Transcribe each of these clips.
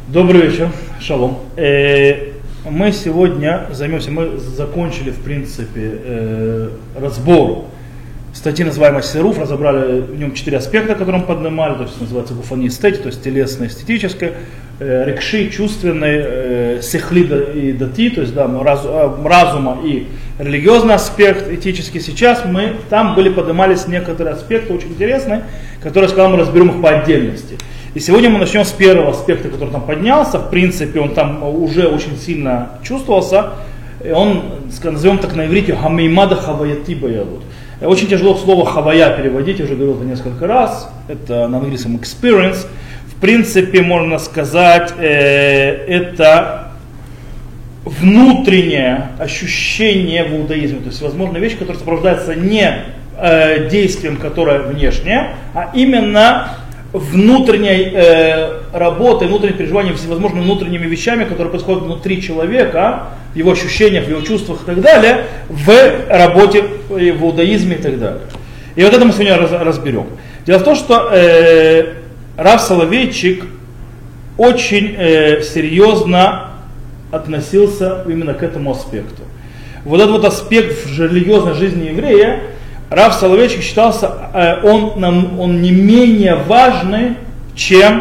Добрый вечер, шалом. Мы сегодня займемся, мы закончили в принципе разбор статьи, называемой Сируф, разобрали в нем 4 аспекта, которые мы поднимали, то есть называется гуфани эстети, то есть телесное, эстетическое, рекши, чувственный, сехли и дати, то есть да, разума и религиозный аспект, этический. Сейчас там поднимались некоторые аспекты очень интересные, которые, я сказал, мы разберем их по отдельности. И сегодня мы начнем с первого аспекта, который там поднялся. В принципе, он там уже очень сильно чувствовался. Он, назовем так на иврите, хамеймада хаваяти баявут. Очень тяжело слово хавая переводить, я уже говорил это несколько раз. Это на английском experience. В принципе, можно сказать, это внутреннее ощущение в иудаизме. То есть, возможно, вещь, которая сопровождается не действием, которое внешнее, а именно внутренней работой, внутренним переживанием, всевозможными внутренними вещами, которые происходят внутри человека, в его ощущениях, в его чувствах и так далее, в работе, в иудаизме и так далее. И вот это мы сегодня разберем. Дело в том, что Рав Соловейчик очень серьезно относился именно к этому аспекту. Вот этот вот аспект в религиозной жизни еврея, Рав Соловейчик считался, он не менее важный, чем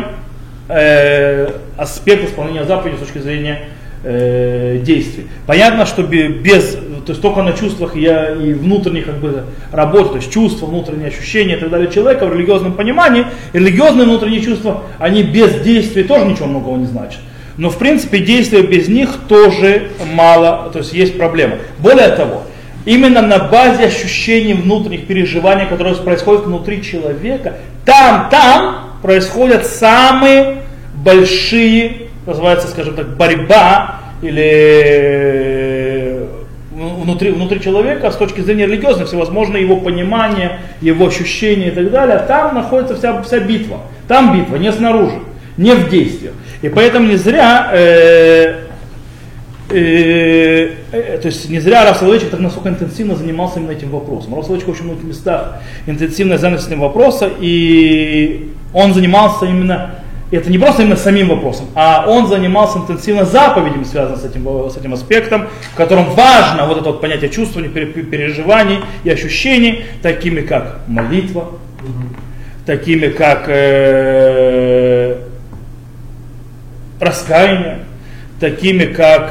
аспект исполнения заповедей с точки зрения действий. Понятно, что то есть только на чувствах и внутренних работе, то есть чувства, внутренние ощущения и так далее человека в религиозном понимании, религиозные внутренние чувства, они без действий тоже ничего многого не значат. Но в принципе действия без них тоже мало, то есть есть проблема. Более того, именно на базе ощущений внутренних переживаний, которые происходят внутри человека, там происходят самые большие, называется, скажем так, борьба или внутри человека с точки зрения религиозной, всевозможные его понимания, его ощущения и так далее. Там находится вся битва. Там битва, не снаружи, не в действиях. И поэтому не зря то есть не зря Рав Соловейчик так настолько интенсивно занимался именно этим вопросом. Рав Соловейчик в очень многих местах интенсивно занялся этим вопросом, и он занимался именно, это не просто именно самим вопросом, а он занимался интенсивно заповедями, связанными с этим аспектом, в котором важно вот это вот понятие чувствований, переживаний и ощущений, такими как молитва, такими как раскаяние, такими как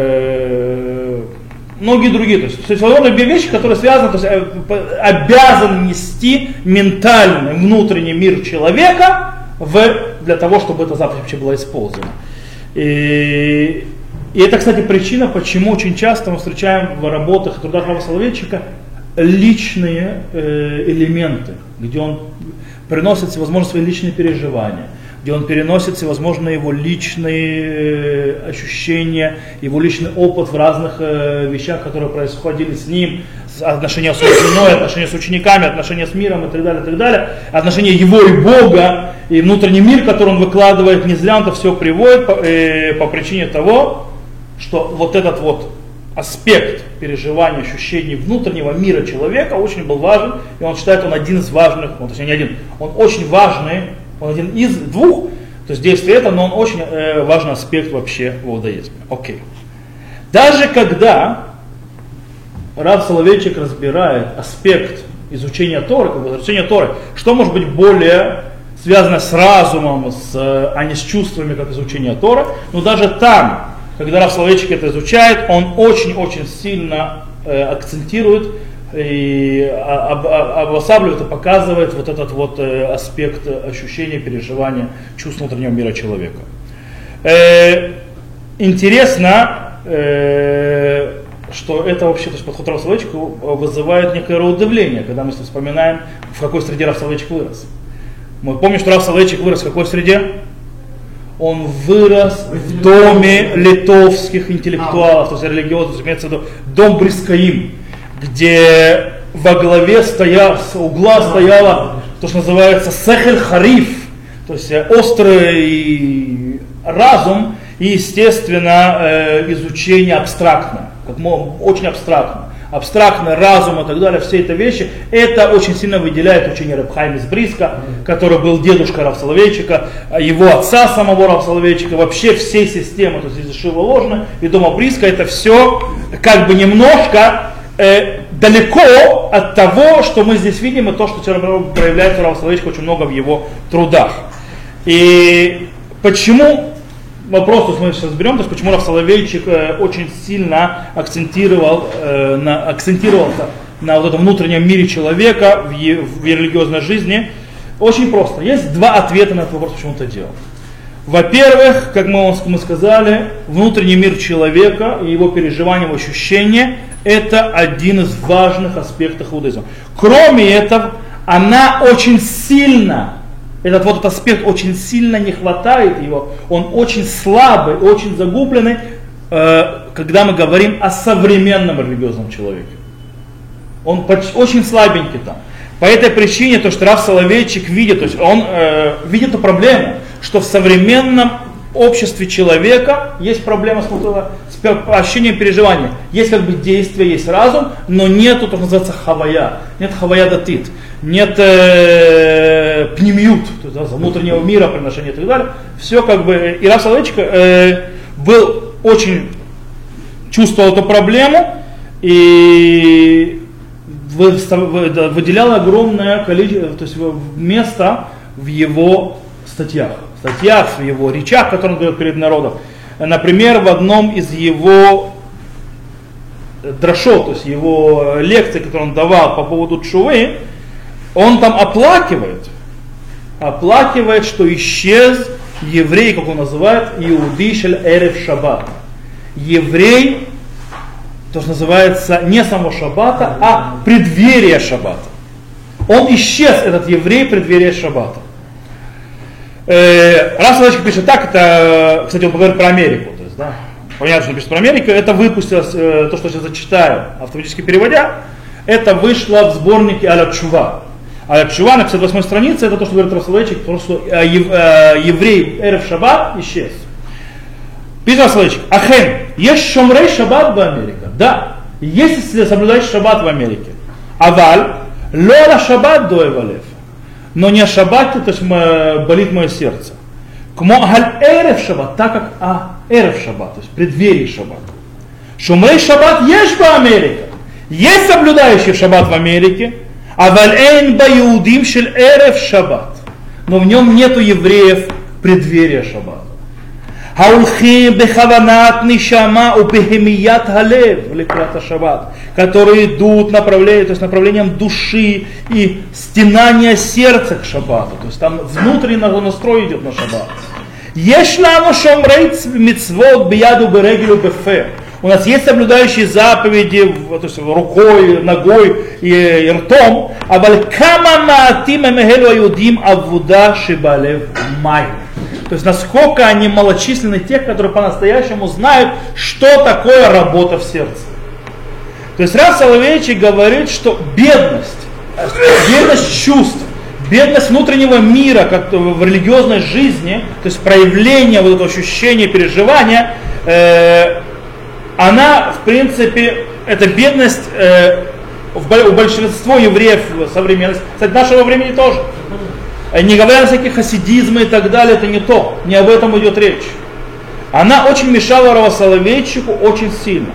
многие другие. То есть возможно, вещи, которые связаны, то есть обязан нести ментальный внутренний мир человека для того, чтобы эта заповедь вообще была использована. И это, кстати, причина, почему очень часто мы встречаем в работах и трудах Рава Соловейчика личные элементы, где он приносит всевозможные свои личные переживания, где он переносит всевозможные его личные ощущения, его личный опыт в разных вещах, которые происходили с ним, отношения с женой, отношения с учениками, отношения с миром и так далее, отношения его и Бога, и внутренний мир, который он выкладывает, не зря он это все приводит по причине того, что вот этот вот аспект переживания, ощущений внутреннего мира человека очень был важен, и он считает, он один из важных, точнее не один, он очень важный, он один из двух, то есть действие это, но он очень важный аспект вообще в иудаизме. Окей. Даже когда Рав Соловейчик разбирает аспект изучения Торы, изучение Торы, что может быть более связано с разумом, а не с чувствами, как изучение Торы, но даже там, когда Рав Соловейчик это изучает, он очень-очень сильно акцентирует и обосабливает и показывает вот этот вот аспект ощущения, переживания, чувств внутреннего мира человека. Интересно, что это вообще, то есть подход Рава Соловейчика вызывает некое удивление, когда мы вспоминаем, в какой среде Рав Соловейчик вырос. Мы помним, что Рав Соловейчик вырос в какой среде? Он вырос в доме литовских интеллектуалов, то есть религиозных, имеется в виду дом Брискаим, где во главе угла стояло то, что называется сехель хариф, то есть острый разум и, естественно, изучение абстрактно, очень абстрактно. абстрактный разум и так далее, все эти вещи, это очень сильно выделяет учение Реб Хаима из Бриска, который был дедушка Рав Соловейчика, его отца самого Рав Соловейчика, вообще всей системы, то есть из Ешивы Ложны и дома Бриска, это все как бы немножко далеко от того, что мы здесь видим, и то, что проявляется у Рава Соловейчика очень много в его трудах. И почему, вопрос, то есть мы сейчас берем, то есть почему Рав Соловейчик очень сильно акцентировался на вот этом внутреннем мире человека в религиозной жизни. Очень просто. Есть два ответа на этот вопрос, почему он это делал. Во-первых, как мы сказали, внутренний мир человека и его переживания, его ощущения – это один из важных аспектов иудаизма. Кроме этого, она очень сильно, этот аспект очень сильно не хватает его, он очень слабый, очень загубленный, когда мы говорим о современном религиозном человеке. Он очень слабенький там. По этой причине, то, что Рав Соловейчик видит, то есть он видит эту проблему, что в современном обществе человека есть проблема с ощущением переживания. Есть как бы действие, есть разум, но нету, то, что называется, хавая. Нет хавая датит, нет пнемиют, то есть, внутреннего мира, приношения и так далее. Все как бы, и Рав Соловейчик чувствовал эту проблему и выделял огромное количество, то есть место в его статьях, в его речах, которые он говорит перед народом. Например, в одном из его драшот, то есть его лекций, которые он давал по поводу тшувы, он там оплакивает, что исчез еврей, как он называет, иуди шель эрев шаббат. Еврей, то, что называется, не само шаббата, а преддверие шаббата. Он исчез, этот еврей, преддверие шаббата. Рав Соловейчик пишет так, это, кстати, он говорит про Америку. То есть, да, понятно, что он пишет про Америку, это выпустилось, то, что сейчас зачитаю, автоматически переводя, это вышло в сборнике Аля Тшува. Аля Тшува на 58 странице, это то, что говорит Рав Соловейчик, потому что еврей эрев шаббат исчез. Пишет Рав Соловейчик: Ахен, есть шомрей шаббат в Америке. Да, есть соблюдающий шаббат в Америке. Аваль, лола шаббат доевалев. Но не о шаббате, то есть болит мое сердце. Кмо агаль эрев шаббат, так как эрев шаббат, то есть преддверие шаббата. Шумрей шаббат есть в Америке. Есть соблюдающий шаббат в Америке. Аваль эйн ба иудим шель эрев шаббат. Но в нем нету евреев преддверия шаббата. Хаулхим бехаванат нишама у бехемият халев лекрата шаббат, которые идут направлением души и стенания сердца к шаббату, то есть там внутренний настрой идет на шаббат. Ешлану шомрей мицвот бияду берегелю бефе. У нас есть соблюдающие заповеди, то есть рукой, ногой и ртом. Абаль кама маатим эмехелу аюдим авуда шибалев май. То есть насколько они малочисленны тех, которые по-настоящему знают, что такое работа в сердце. То есть Рав Соловейчик говорит, что бедность чувств, бедность внутреннего мира, как в религиозной жизни, то есть проявление вот этого ощущения, переживания, она, в принципе, эта бедность у большинства евреев современности, кстати, нашего времени тоже. Не говоря о всяких хасидизмах и так далее, это не то, не об этом идет речь. Она очень мешала Раву Соловейчику очень сильно.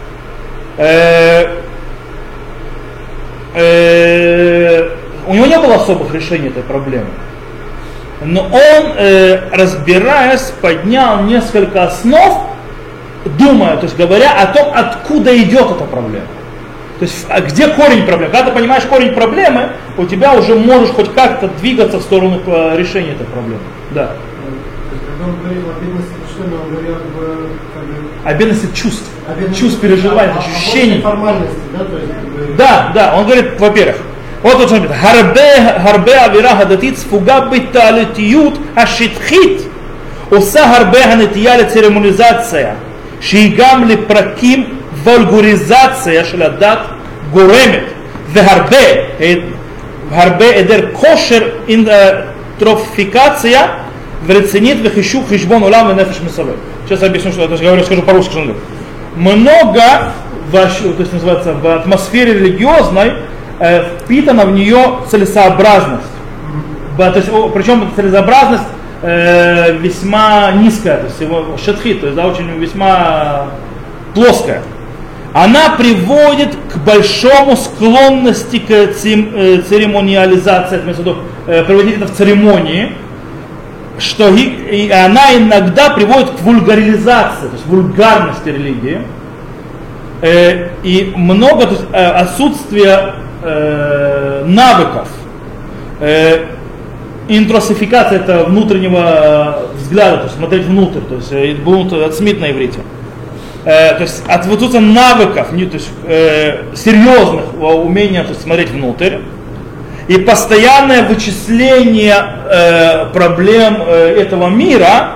У него не было особых решений этой проблемы. Но он, разбираясь, поднял несколько основ, думая, то есть говоря о том, откуда идет эта проблема. То есть, где корень проблемы? Когда ты понимаешь корень проблемы, у тебя уже можешь хоть как-то двигаться в сторону решения этой проблемы. Да. Когда он говорил о бедности мышления, он говорил о бедности чувств. Чувств, переживаний, ощущений. Формальности, да? То есть, Да, он говорит, во-первых, вот он говорит, харбе авира хадатит сфуга биталитиют ашитхит уса харбе ханетия лецеремонизация шигам липраким вульгаризация של הדת גורמת והרבה היעדר כושר אינטרופייקציה ורצינית וחישוב חשבון עולם ונפש מסובב. Сейчас я объясню, что это говорю, скажу по-русски, что он говорит. много, то есть называется, в атмосфере религиозной впитана в нее целесообразность. То есть, причем целесообразность весьма низкая, то есть шатхи, то есть да, очень весьма плоская. Она приводит к большому склонности к церемониализации, приводить это в церемонии, что и она иногда приводит к вульгаризации, то есть вульгарности религии. И много, то есть, отсутствия навыков, интросификация это внутреннего взгляда, то есть смотреть внутрь, то есть отсмит на иврите. То есть отсутствие навыков, то есть, серьезных умения, то есть, смотреть внутрь. И постоянное вычисление проблем этого мира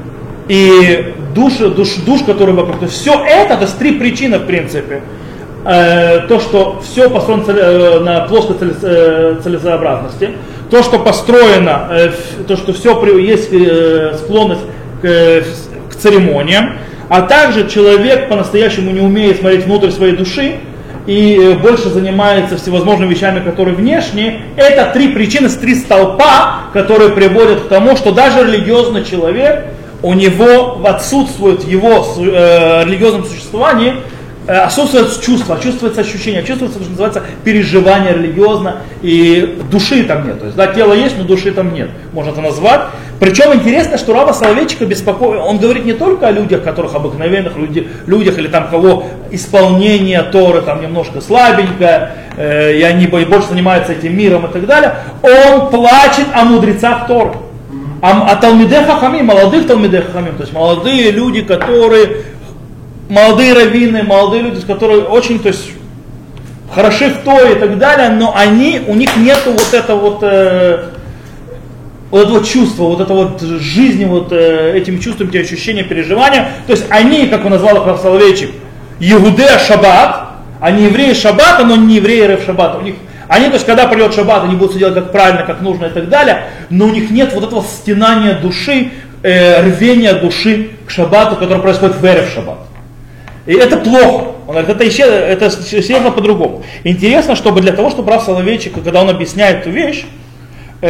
и душ, которые вокруг. То есть все это, то есть три причины в принципе. То, что все построено на плоской целесообразности, то, что построено, то, что все есть склонность к церемониям, а также человек по-настоящему не умеет смотреть внутрь своей души и больше занимается всевозможными вещами, которые внешние. Это три причины, три столпа, которые приводят к тому, что даже религиозный человек, у него отсутствует в его религиозном существовании, отсутствует чувство, чувствуется ощущение, чувствуется, что называется, переживание религиозно, и души там нет. То есть, да, тело есть, но души там нет, можно это назвать. Причем интересно, что Рава Соловейчика беспокоит, он говорит не только о людях, которых обыкновенных людях, или там кого исполнение Торы там немножко слабенькое, и они больше занимаются этим миром и так далее. Он плачет о мудрецах Торы, о Талмидей Хахамим, молодых Талмидей Хахамим, то есть молодые люди, которые молодые раввины, молодые люди, которые очень, то есть, хороши в Торе и так далее, но у них нету вот этого чувства, вот это вот жизни, вот этим чувством, эти ощущения, переживания. То есть они, как он назвал их Рав Соловейчик, Иудея Шаббат, они евреи Шаббата, но не евреи Рев Шаббата. Они, то есть, когда придет Шаббат, они будут все делать как правильно, как нужно и так далее, но у них нет вот этого стенания души, рвения души к Шаббату, которое происходит в Эрев Шаббат. И это плохо. Он говорит, это серьезно по-другому. Интересно, чтобы для того, чтобы Рав Соловейчик, когда он объясняет эту вещь, то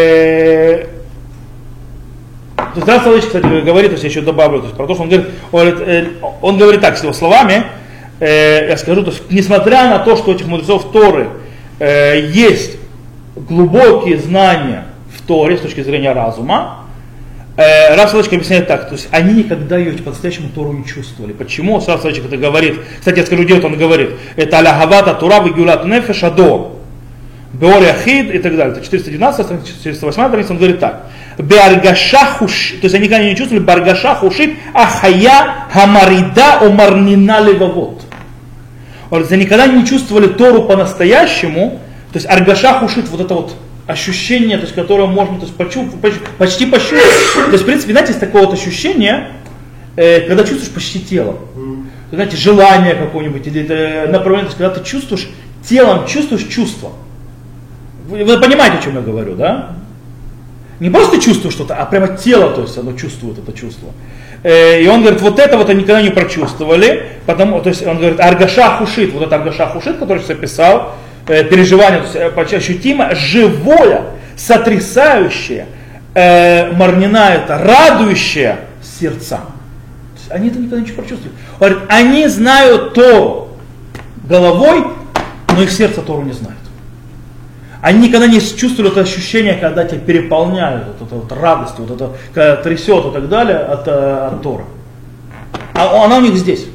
есть Рав Соловейчик, кстати, говорит, то есть я еще добавлю, то есть, про то, что он говорит так, с его словами, я скажу, то есть, несмотря на то, что у этих мудрецов Торы есть глубокие знания в Торе с точки зрения разума, Рав Соловейчик объясняет так, то есть они никогда ее по-настоящему Тору не чувствовали. Почему? Рав Соловейчик это говорит. Кстати, я скажу, где это он говорит. Это аля-гавата Тура вегюлат нефеш адор. Беор яхид и так далее. Это 419 страница, 408 страница, он говорит так. Беаргаша хушит, то есть они никогда не чувствовали, баргаша хушит ахая хамарида омарнина левавот. Они никогда не чувствовали Тору по-настоящему, то есть аргаша хушит, вот это вот ощущение, то есть, которое можно, то есть, почти пощупать. То есть, в принципе, знаете, есть такое вот ощущение, когда чувствуешь почти телом. Знаете, желание какое-нибудь, или направление, то есть, когда ты чувствуешь телом, чувствуешь чувство. Вы понимаете, о чем я говорю, да? Не просто чувствуешь что-то, а прямо тело, то есть, оно чувствует это чувство. И он говорит, вот это вот они никогда не прочувствовали, потому, то есть, он говорит, аргаша хушит, вот это аргаша хушит, который я описал, переживание, то есть ощутимо, живое, сотрясающее, марнина это, радующее сердца. То есть они это никогда не прочувствуют. Говорит, они знают Тору головой, но их сердце Тору не знает. Они никогда не чувствовали это ощущение, когда тебя переполняют, вот это вот радость, вот это, когда трясет и так далее от Торы. А она у них здесь.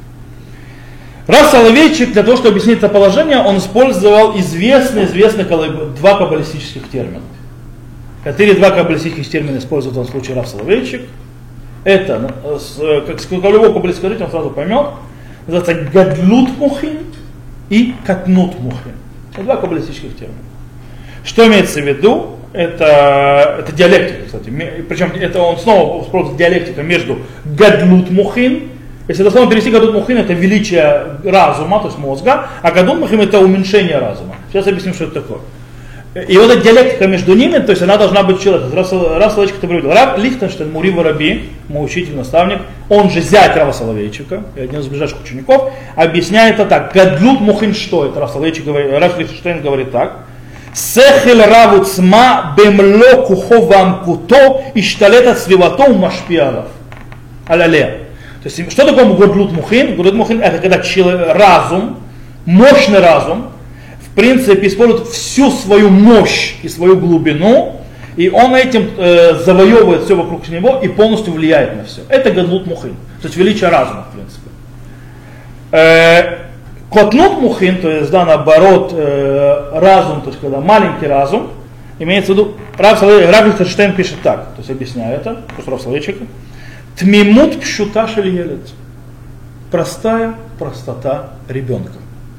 Рав Соловейчик, для того, чтобы объяснить это положение, он использовал известные два каббалистических термина. Какие два каббалистических термина использует в этом случае Рав Соловейчик? Это, как любой каббалист скажите, он сразу поймет, называется гадлут мухин и катнут мухин. Это два каббалистических термина. Что имеется в виду? Это диалектика, кстати. Причем это он снова использует диалектика между гадлут мухин. Если дословно перевести гадут мухин, это величие разума, то есть мозга, а гадут мухин это уменьшение разума. Сейчас объясним, что это такое. И вот эта диалектика между ними, то есть она должна быть человеком. Рав Соловейчик это приводил. Рав Лихтенштейн, Мури Вараби, мой учитель, наставник, он же зять Рава Соловейчика, один из ближайших учеников, объясняет это так. Гадлут мухин что? Это Рав Лихтенштейн говорит так. Сехель раву цма бемло кухо вамкуто ишталета свивато машпиалов. Аляле. То есть что такое гадлут мухин? Гадлут мухин это когда разум, мощный разум, в принципе, использует всю свою мощь и свою глубину, и он этим завоевывает все вокруг него и полностью влияет на все. Это гадлут мухин, то есть величие разума, в принципе. Котнут мухин, то есть, да, наоборот, разум, то есть, когда маленький разум, имеется в виду, Рав Лихтенштейн пишет так, то есть, объясняю это, просто Рав Соловейчик. Тмимут пшута шельелет. Простая простота ребенка.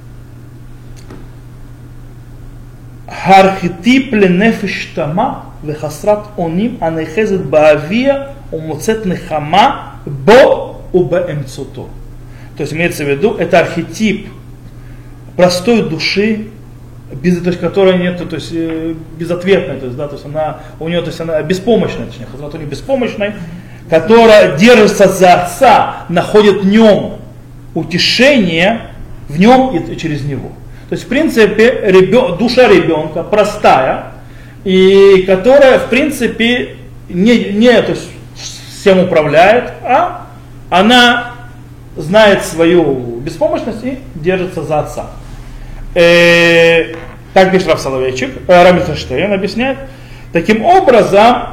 Хархитип ленефиш тама вехасрат оним анехезет баавия умуцет нехама бо убаэмцуто. То есть имеется в виду, это архетип простой души, без, то есть, которая нет, то есть безответной, то есть, да, то есть она у нее, то есть она беспомощная, точнее, хазрат у нее беспомощной, которая держится за отца, находит в нем утешение, в нем и через него. То есть, в принципе, душа ребенка простая, и которая, в принципе, не то есть, всем управляет, а она знает свою беспомощность и держится за отца. Так пишет Рав Соловейчик, Рав Лихтенштейн объясняет. Таким образом,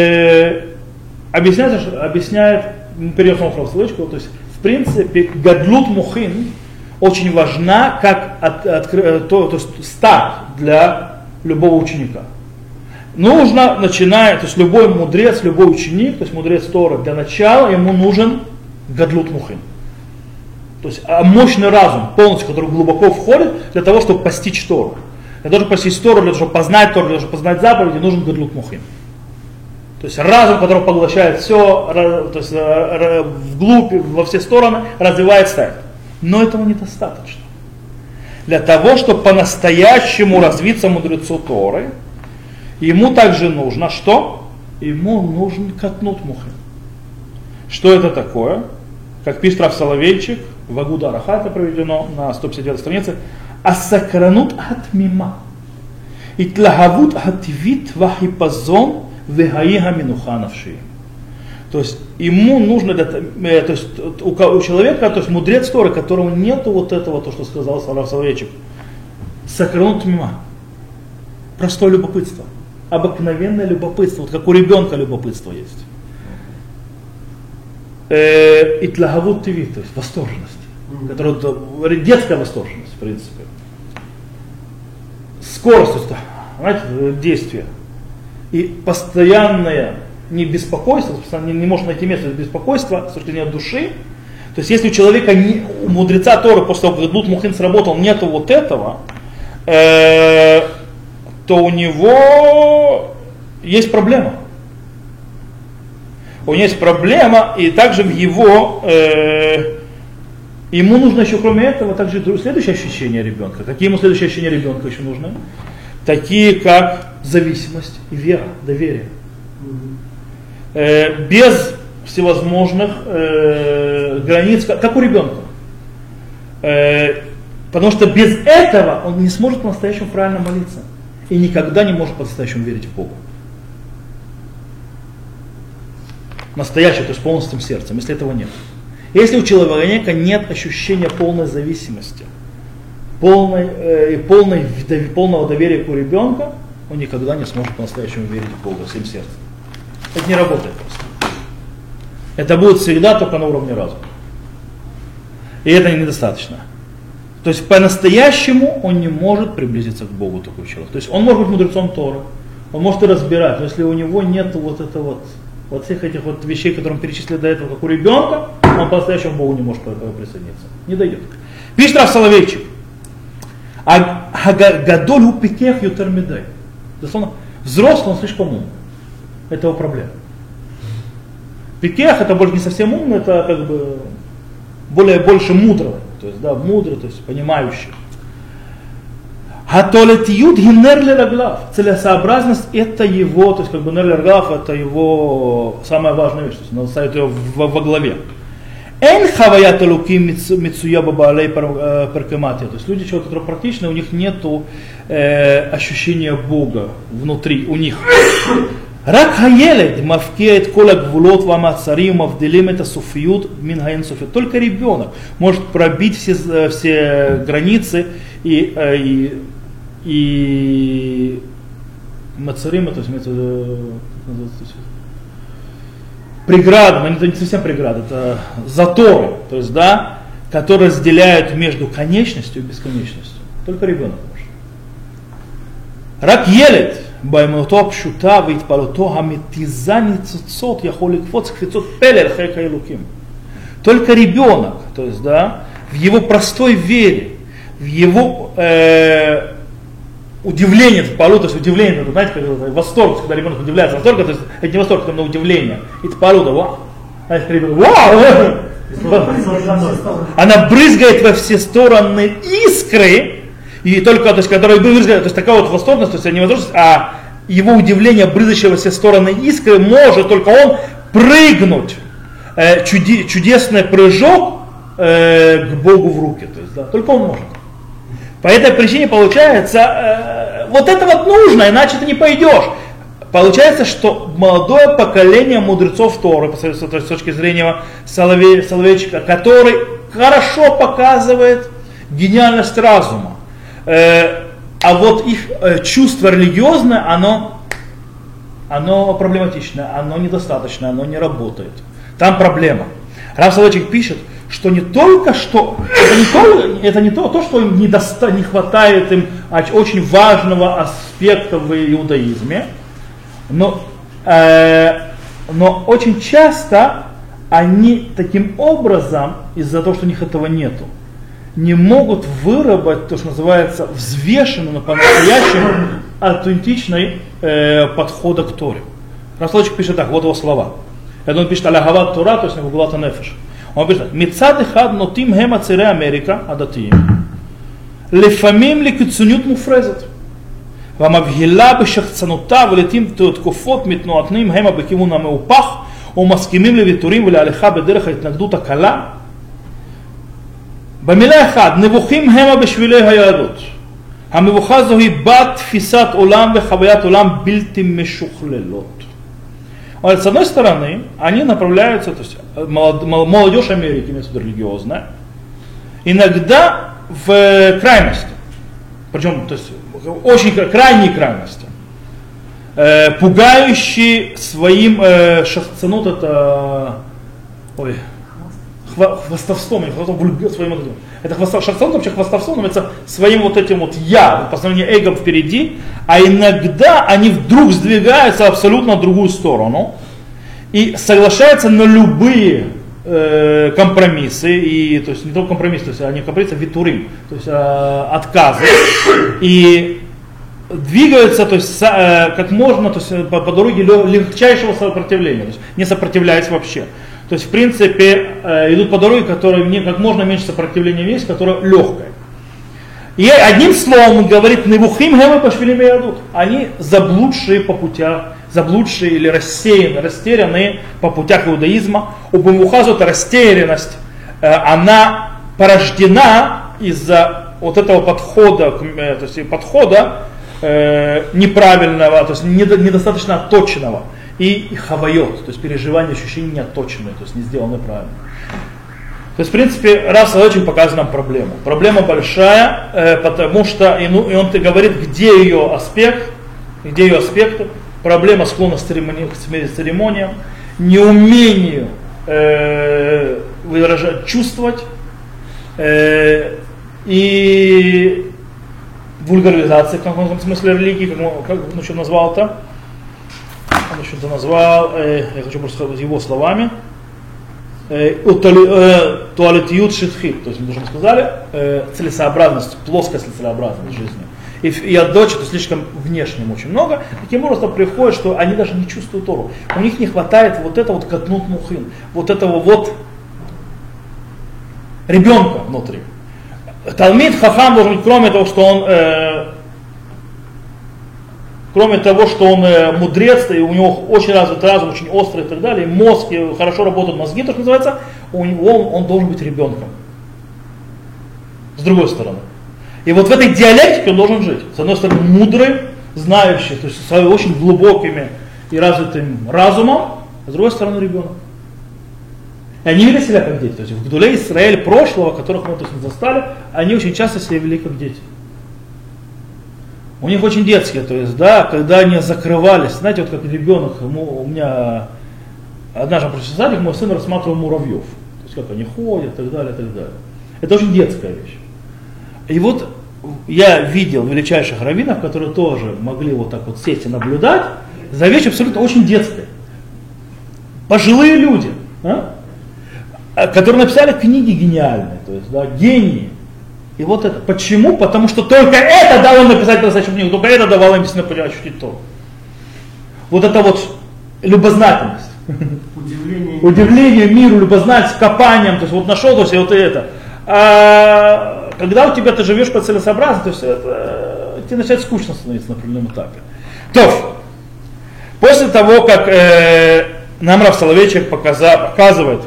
объясняет, перейдем к Рав Соловейчику, то есть, в принципе, гадлут мухин очень важна как то есть старт для любого ученика. Нужно, начиная, то есть любой мудрец, любой ученик, то есть мудрец Торы, для начала ему нужен гадлут мухин. То есть мощный разум, полностью, который глубоко входит для того, чтобы постичь Тору. Для того, чтобы постичь Тору, для того, чтобы познать Тору, для того, чтобы познать заповеди, нужен гадлут мухин. То есть разум, который поглощает все, то есть вглубь, во все стороны, развивает ставит. Но этого недостаточно. Для того, чтобы по-настоящему развиться мудрецу Торы, ему также нужно что? Ему нужен катнут мухин. Что это такое? Как пишет Рав Соловейчик, в Агуда Араха это проведено на 159 странице. Асакранут атмима. Итлахавут ативит вахипазон вегаига минуха навши. То есть ему нужно, то есть у человека, то есть мудрец Торы, которого нету вот этого, то, что сказал Рав Соловейчик, сакранут мима. Простое любопытство. Обыкновенное любопытство, вот как у ребенка любопытство есть. Итлагавут тиви, то есть восторженность. Которая, детская восторженность, в принципе. Скорость, знаете, действия. И постоянное не беспокойство, не может найти место без беспокойства с точки зрения души. То есть если у человека, у мудреца Торы, после того, как гадлут мухин сработал, нету вот этого, то у него есть проблема. У него есть проблема, и также в его, ему нужно еще кроме этого также следующее ощущение ребенка. Какие ему следующие ощущения ребенка еще нужны? Такие как зависимость и вера, доверие. Без всевозможных границ, как у ребенка. Потому что без этого он не сможет по-настоящему правильно молиться. И никогда не может по-настоящему верить в Бога. Настоящее, то есть полностью сердцем, если этого нет. Если у человека нет ощущения полной зависимости, полного доверия к ребенку, он никогда не сможет по-настоящему верить в Бога всем сердцем. Это не работает просто. Это будет всегда только на уровне разума. И это недостаточно. То есть по-настоящему он не может приблизиться к Богу, такой человек. То есть он может быть мудрецом Торы, он может и разбирать, но если у него нет вот всех этих вот вещей, которые он перечислил до этого, как у ребенка, он по-настоящему к Богу не может присоединиться. Не дойдет. Пишет Рав Соловейчик. Гадоль у пикех ютер медай. Дословно, взрослый он слишком умный. Это его проблема. Пикех это больше не совсем умный, это как бы больше мудрый. То есть, да, мудрый, то есть понимающий. Гатолетиют гинер лераглав. Целесообразность это его, то есть как бы нер лераглав это его самая важная вещь, то есть он ставит ее во главе. Эн хаваят элуким мицуя бабалей перкематия. То есть люди чего-то которые практичные, у них нету ощущения Бога внутри, у них. Рак хаелед мавкеет кола гвулот вамацарим мавделим это суфиют мин хаен суфиют. Только ребенок может пробить все границы и мацарим, то есть преграды, но это не совсем преграды, это заторы, то есть, да, которые разделяют между конечностью и бесконечностью. Только ребенок может. Рак елет, באמונתו הפשוטה והתפעלותו המתיזה ניצוצות יכול לקפוץ קפיצות פלא אל חיק האלוקים. Только ребенок, то есть, да, в его простой вере, в его удивление, то есть удивление, это, знаете, восторг, когда ребенок удивляется, восторг, то есть это не восторг, это удивление. Вау! Она брызгает во все стороны искры, и только, то есть, который брызгает, то есть такая вот восторгность, то есть не восторгность, а его удивление, брызгающее во все стороны искры, может только он прыгнуть, чудесный прыжок к Богу в руки, то есть, да, только он может. По этой причине получается, вот это вот нужно, иначе ты не пойдешь. Получается, что молодое поколение мудрецов Торы, с точки зрения Соловейчика, который хорошо показывает гениальность разума, а вот их чувство религиозное, оно проблематичное, оно недостаточное, оно не работает. Там проблема. Рав Соловейчик пишет, что не только что, это не то, что им не хватает им очень важного аспекта в иудаизме, но очень часто они таким образом, из-за того, что у них этого нету, не могут выработать то, что называется взвешенный, по-настоящему аутентичный подхода к Торе. Рав Соловейчик пишет так, вот его слова. Это он пишет «Аля-Гават Тора», то есть «Гулата Нефеш». Он пишет, «Мицад эхад нотим хем ацирей Америка, адатиим, лефамим ликицунют муфрезет, והמבהילה בשחצנותה ולעתים תקופות מתנועתנים המה בכיוון המהופך ומסכימים לוויתורים ולהליכה בדרך ההתנגדות הקלה. במילה אחת, נבוכים המה בשבילי היהדות. המבוכה זו היא בת תפיסת עולם וחוויית עולם בלתי משוכללות. С одной стороны, они направляются, то есть молодежь Америки, религиозная, иногда в крайности, причем то есть, очень крайние крайности, пугающие своим шахцанут, это хвастовством, это шахцанут вообще хвастовством, это своим вот этим вот я, по сравнению эго впереди, а иногда они вдруг сдвигаются абсолютно в другую сторону и соглашаются на любые компромиссы, и, то есть не только компромиссы, то есть они компромиссы, витурим, то есть отказы, и двигаются, то есть как можно, то есть по дороге легчайшего сопротивления, то есть не сопротивляясь вообще. То есть в принципе идут по дороге, которая как можно меньше сопротивления есть, которая легкая. И одним словом он говорит, невухим гемы пошвилим ядут. Они заблудшие по путях, заблудшие или растерянные по путях иудаизма. У Бамухазу эта растерянность, она порождена из-за вот этого подхода, то есть подхода неправильного, то есть недостаточно отточенного. И хавайот, то есть переживание, ощущение неотточенное, то есть не сделано правильно. То есть, в принципе, Рав Соловейчик показывает нам проблему. Проблема большая, потому что, и он говорит, где ее аспекты. Проблема склонность к церемониям, неумению выражать, чувствовать, и вульгаризация в каком смысле религии, как он еще назвал это. Он еще это назвал, я хочу просто сказать его словами, туалетиют шитхит, то есть мы уже сказали, целесообразность, плоская целесообразность жизни. И от дочери, то слишком внешним очень много, таким образом приходит, что они даже не чувствуют Тору. У них не хватает вот этого вот катнут мухин, вот этого вот ребенка внутри. Талмид хахам должен быть, кроме того, что он кроме того, что он мудрец, и у него очень развит разум, очень острый и так далее, и мозг, и хорошо работают мозги, то, что называется, у него он должен быть ребенком. С другой стороны. И вот в этой диалектике он должен жить. С одной стороны, мудрый, знающий, то есть с очень глубокими и развитым разумом, а с другой стороны, ребенок. И они вели себя как дети. То есть в Гдулей Исраэль прошлого, которых мы не застали, они очень часто себя вели как дети. У них очень детские, то есть, да, когда они закрывались, знаете, вот как ребенок, у меня однажды в садик мой сын рассматривал муравьев. То есть как они ходят и так далее, и так далее. Это очень детская вещь. И вот я видел величайших раввинов, которые тоже могли вот так вот сесть и наблюдать за вещь абсолютно очень детской. Пожилые люди, которые написали книги гениальные, то есть, да, гении. И вот это. Почему? Потому что только это дало им написать настоящую книгу, только это давало им действительно ощутить то. Вот это вот любознательность. Удивление миру, любознательность, копанием, то есть вот нашел, то есть вот это. А когда у тебя ты живешь по целесообразно, то есть это, тебе начинает скучно становиться на определенном этапе. То, после того, как нам Рав Соловейчик показывает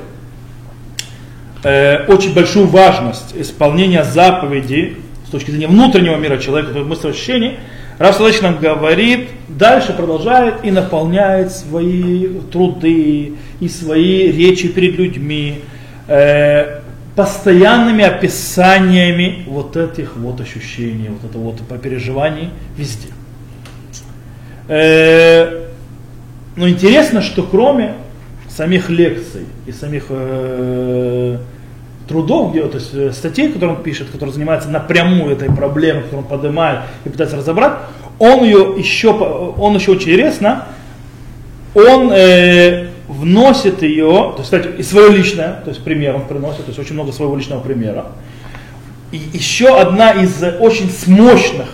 очень большую важность исполнения заповедей с точки зрения внутреннего мира человека, то есть мысли ощущений, Рав Соловейчик нам говорит, дальше продолжает и наполняет свои труды и свои речи перед людьми постоянными описаниями вот этих вот ощущений, вот этого вот переживаний везде. Но интересно, что кроме самих лекций и самих трудов, то есть статей, которые он пишет, которые занимаются напрямую этой проблемой, которую он поднимает и пытается разобрать, он еще очень интересно, он вносит ее, то есть, кстати, и свое личное, то есть пример он приносит, то есть очень много своего личного примера. И еще одна из очень мощных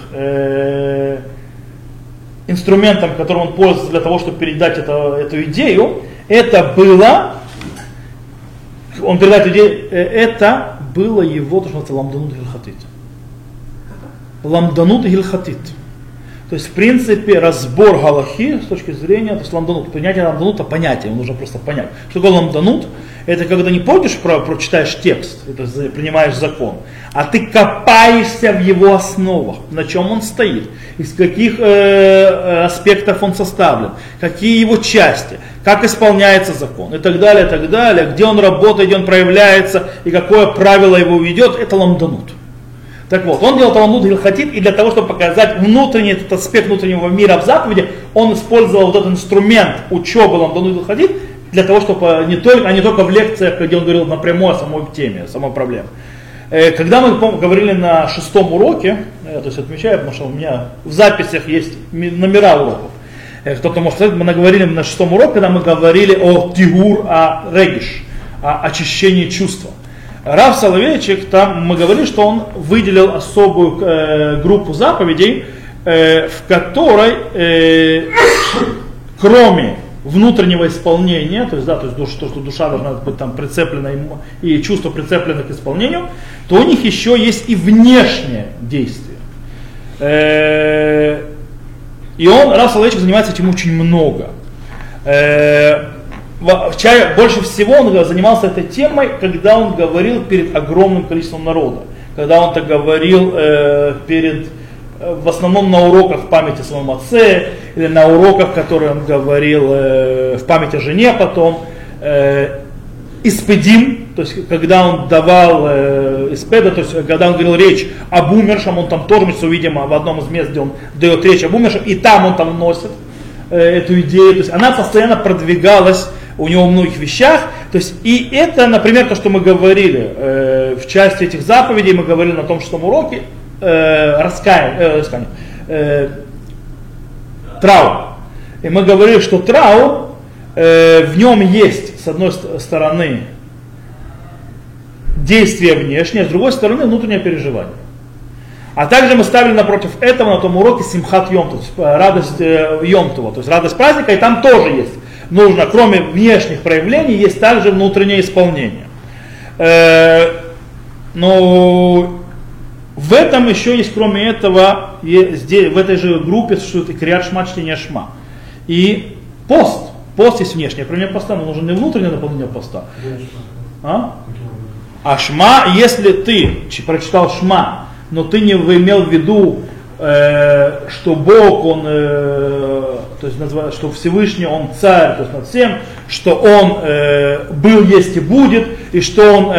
инструментов, которым он пользуется для того, чтобы передать эту идею, это было, он передает идею, это было его, то, что называется, ламданут гильхатит. Ламданут гильхатит. То есть, в принципе, разбор галахи с точки зрения, то есть ламданут, принятие ламданута понятие, его нужно просто понять. Что такое ламданут? Это когда не помнишь, прочитаешь текст, это принимаешь закон, а ты копаешься в его основах, на чем он стоит, из каких аспектов он составлен, какие его части, как исполняется закон и так далее, где он работает, где он проявляется и какое правило его ведет, это ламданут. Так вот, он делал ламданут гильхатит, и для того, чтобы показать внутренний этот аспект внутреннего мира в заповеди, он использовал вот этот инструмент учебы ламданут гильхатит, для того, чтобы не только в лекциях, где он говорил напрямую о самой теме, о самой проблеме. Когда мы говорили на 6-м уроке, я то есть отмечаю, потому что у меня в записях есть номера уроков. Кто-то может сказать, мы наговорили на 6-м уроке, когда мы говорили о тигур, о региш, о очищении чувства. Рав Соловейчик, там мы говорили, что он выделил особую группу заповедей, в которой, кроме внутреннего исполнения, то есть, да, то есть то, что душа должна быть там прицеплена и чувство прицеплено к исполнению, то у них еще есть и внешнее действие. И Рав Соловейчик занимается этим очень много. Больше всего он занимался этой темой, когда он говорил перед огромным количеством народа, когда он так говорил в основном на уроках в памяти о своем отце, или на уроках, которые он говорил в память о жене потом, испедим, то есть когда он давал испеда, то есть когда он говорил речь об умершем, он там тоже, мы увидим в одном из мест, где он дает речь об умершем, и там он там вносит эту идею, то есть она постоянно продвигалась у него в многих вещах, то есть и это, например, то, что мы говорили в части этих заповедей, мы говорили на том 6-м уроке, траур. И мы говорили, что траур, в нем есть, с одной стороны, действие внешнее, с другой стороны, внутреннее переживание. А также мы ставили напротив этого на том уроке симхат йом, то есть радость йом-това, то есть радость праздника, и там тоже есть. Нужно, кроме внешних проявлений, есть также внутреннее исполнение. Но в этом еще есть, кроме этого, здесь, в этой же группе существует и Крият Шма, чтение Шма. И пост. Пост есть внешний. Например, поста, но нужно не внутреннее наполнение поста. А Шма, если ты прочитал Шма, но ты не имел в виду, что Бог, Он, то есть, что Всевышний, Он царь, то есть над всем, что Он был, есть и будет, и что Он,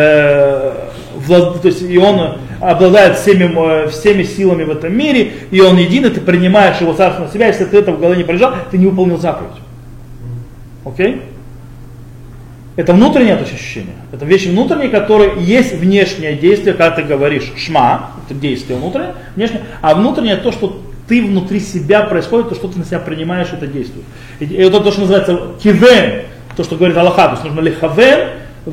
то есть, и Он обладает всеми силами в этом мире, и Он един, и ты принимаешь Его царство на себя, если ты это в голове не прижал, ты не выполнил заповедь. Окей? Это внутреннее ощущение. Это вещи внутренние, которые есть внешнее действие, когда ты говоришь шма, это действие внутреннее, внешнее, а внутреннее то, что ты внутри себя происходит, то, что ты на себя принимаешь, это действует. И это то, что называется кивен, то, что говорит Аллаха, то есть нужно лихавен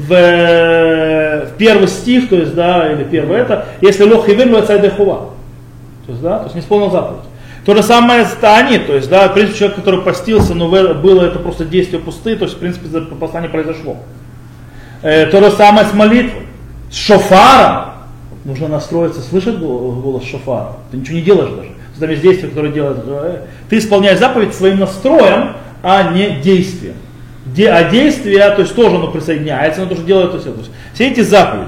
в первый стих, то есть, да, или первый это, если лох хивен, то это хува. То есть, да, то есть не исполнил заповедь. То же самое с Таани, то есть, да, в принципе, человек, который постился, но было это просто действие пустые, то есть, в принципе, послание произошло. То же самое с молитвой, с шофаром. Нужно настроиться, слышать голос шофара. Ты ничего не делаешь даже. Там есть действие, которое делает. Ты исполняешь заповедь своим настроем, а не действием. А действие, то есть, тоже оно присоединяется, оно тоже делает то есть, все эти заповеди.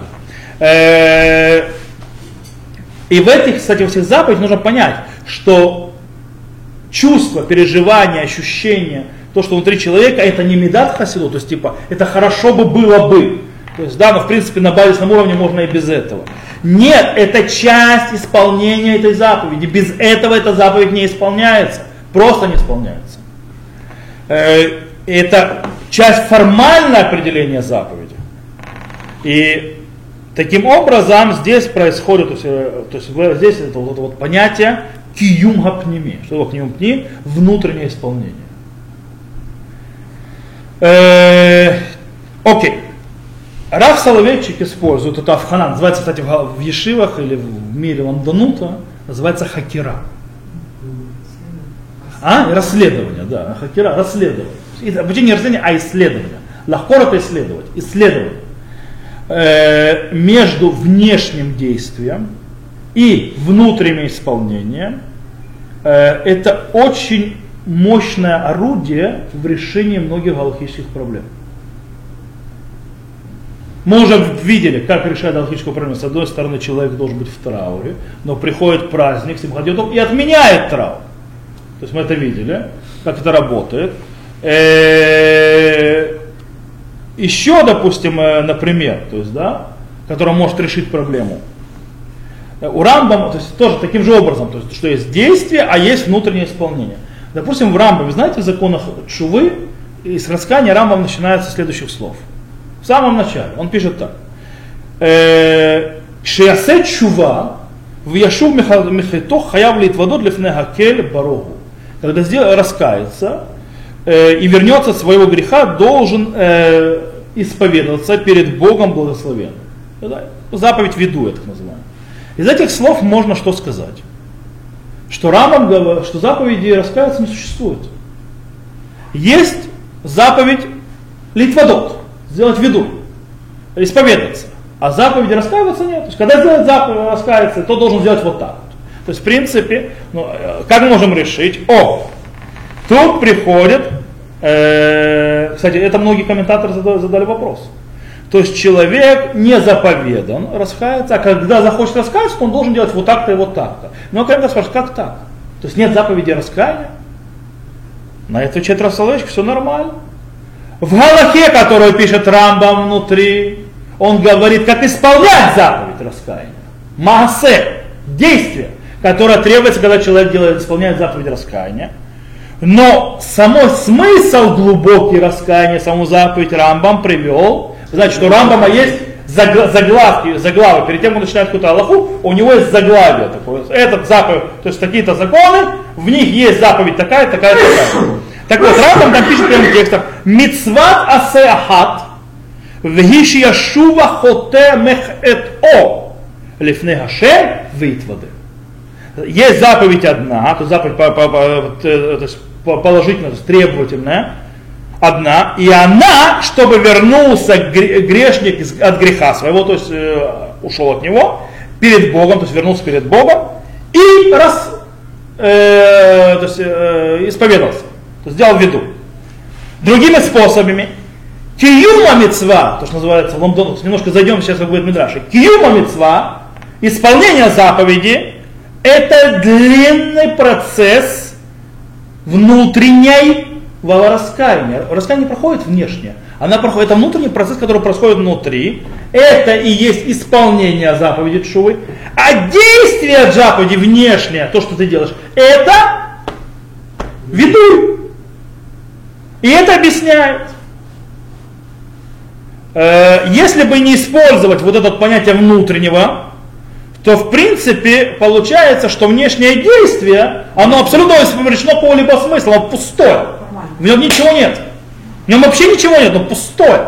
И в этих, кстати, во всех заповедях нужно понять, что чувство, переживание, ощущение, то, что внутри человека, это не медат хасиду, то есть типа, это хорошо бы было бы. То есть, да, но в принципе на базисном уровне можно и без этого. Нет, это часть исполнения этой заповеди. Без этого эта заповедь не исполняется. Просто не исполняется. Это часть формального определения заповеди. И таким образом здесь происходит, то есть здесь это вот понятие киюм гапними. Что такое киюм гапни? Внутреннее исполнение. Окей. Рав Соловейчик использует это авхана, называется, кстати, в ешивах или в мире ламданута, называется хакира. Расследование, да, хакира, расследование. Обучение не расследование, а исследование. Лахкор это исследовать, исследовать. Между внешним действием и внутренним исполнением, это очень мощное орудие в решении многих галахических проблем. Мы уже видели, как решать галахическую проблему. С одной стороны, человек должен быть в трауре, но приходит праздник, Симхат-Йом, и отменяет траур. То есть мы это видели, как это работает. Еще, допустим, например, то есть, да, который может решить проблему. У Рамбама, то есть тоже таким же образом, то есть, что есть действие, а есть внутреннее исполнение. Допустим, в Рамбаме, знаете, в законах Тшувы и с раскаяния Рамбам начинается с следующих слов. В самом начале он пишет так. Шеясе Тшува в Яшув Мехайтох хаяв литвадот лифне хакель барогу. Когда раскается и вернется от своего греха, должен исповедоваться перед Богом благословенным. Заповедь веду, это так называем. Из этих слов можно что сказать? Что Рамбам говорит, что заповеди раскаяться не существует. Есть заповедь литвадот, сделать веду, исповедаться. А заповеди раскаиваться нет. То есть, когда сделать заповедь раскаяться, то должен сделать вот так. То есть, в принципе, как мы можем решить? Тут приходит, кстати, это многие комментаторы задали вопрос. То есть человек не заповедан раскаяться, а когда захочет раскаяться, то он должен делать вот так-то и вот так-то. Но когда спрашивают, как так? То есть нет заповеди раскаяния? На это отвечает Рав Соловейчик, все нормально. В Галахе, которую пишет Рамбам внутри, он говорит, как исполнять заповедь раскаяния. Маасе, действие, которое требуется, когда человек исполняет заповедь раскаяния. Но самый смысл глубокий раскаяния, саму заповедь Рамбам привел. Значит, что у Рамбама есть заглавы. Перед тем, как он начинает какую-то аллаху, у него есть заглавие такое. Этот заповедь, то есть какие-то законы, в них есть заповедь такая, такая, такая. Так вот, Рамбам там пишет прямо в текстах: Мицват асе ахат, вгиши яшува хоте мех эт о, лифне хашем витваде. Есть заповедь одна, то есть заповедь положительная, то есть требовательная, одна, и она, чтобы вернулся грешник от греха своего, то есть ушел от него, перед Богом, то есть вернулся перед Богом, и исповедался, то есть сделал виду. Другими способами, киюма мицва, то, что называется, ломдон, немножко зайдем сейчас, как будет мидраши, киюма мицва, исполнение заповеди, это длинный процесс внутренней раскаяния. Раскаяние проходит внешне, это внутренний процесс, который происходит внутри. Это и есть исполнение заповеди тшувы. А действие заповеди внешнее, то, что ты делаешь, это видуй. И это объясняет. Если бы не использовать вот это понятие внутреннего, то в принципе получается, что внешнее действие, оно абсолютно повреждено какого-либо смысла, оно пустое. В нем ничего нет. В нем вообще ничего нет, оно пустое.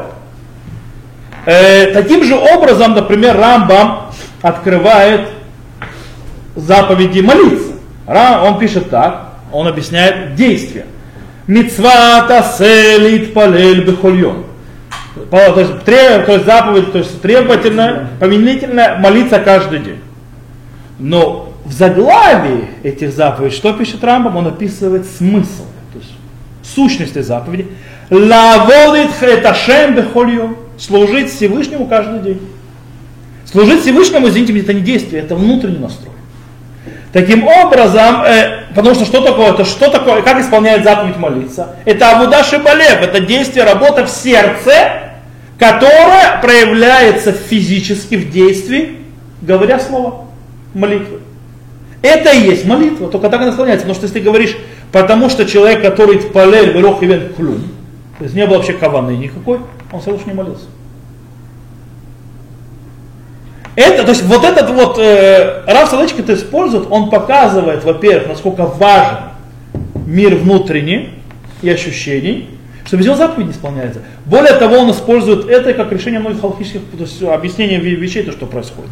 Таким же образом, например, Рамбам открывает заповеди молиться. Он пишет так, он объясняет действие. Мицва таселит палель бехольон. То есть заповедь, то есть требовательная, повелительная молиться каждый день. Но в заглавии этих заповедей, что пишет Рамбам, он описывает смысл, то есть сущность этой заповеди. Лаводит хэташем бехольон. Служить Всевышнему каждый день. Служить Всевышнему, извините, это не действие, это внутренний настрой. Таким образом, потому что что такое, как исполняет заповедь молиться? Это авуда шебалев, это действие, работа в сердце, которая проявляется физически в действии, говоря слово молитвы. Это и есть молитва, только так она исполняется. Потому что если ты говоришь, потому что человек, который тпалель верох ивен клюм, то есть не было вообще каваны никакой, он все равно не молился. То есть вот этот вот Рав Соловейчик это использует, он показывает, во-первых, насколько важен мир внутренний и ощущений, что без него заповедь не исполняется. Более того, он использует это как решение многих халахических, то есть объяснение вещей, то, что происходит.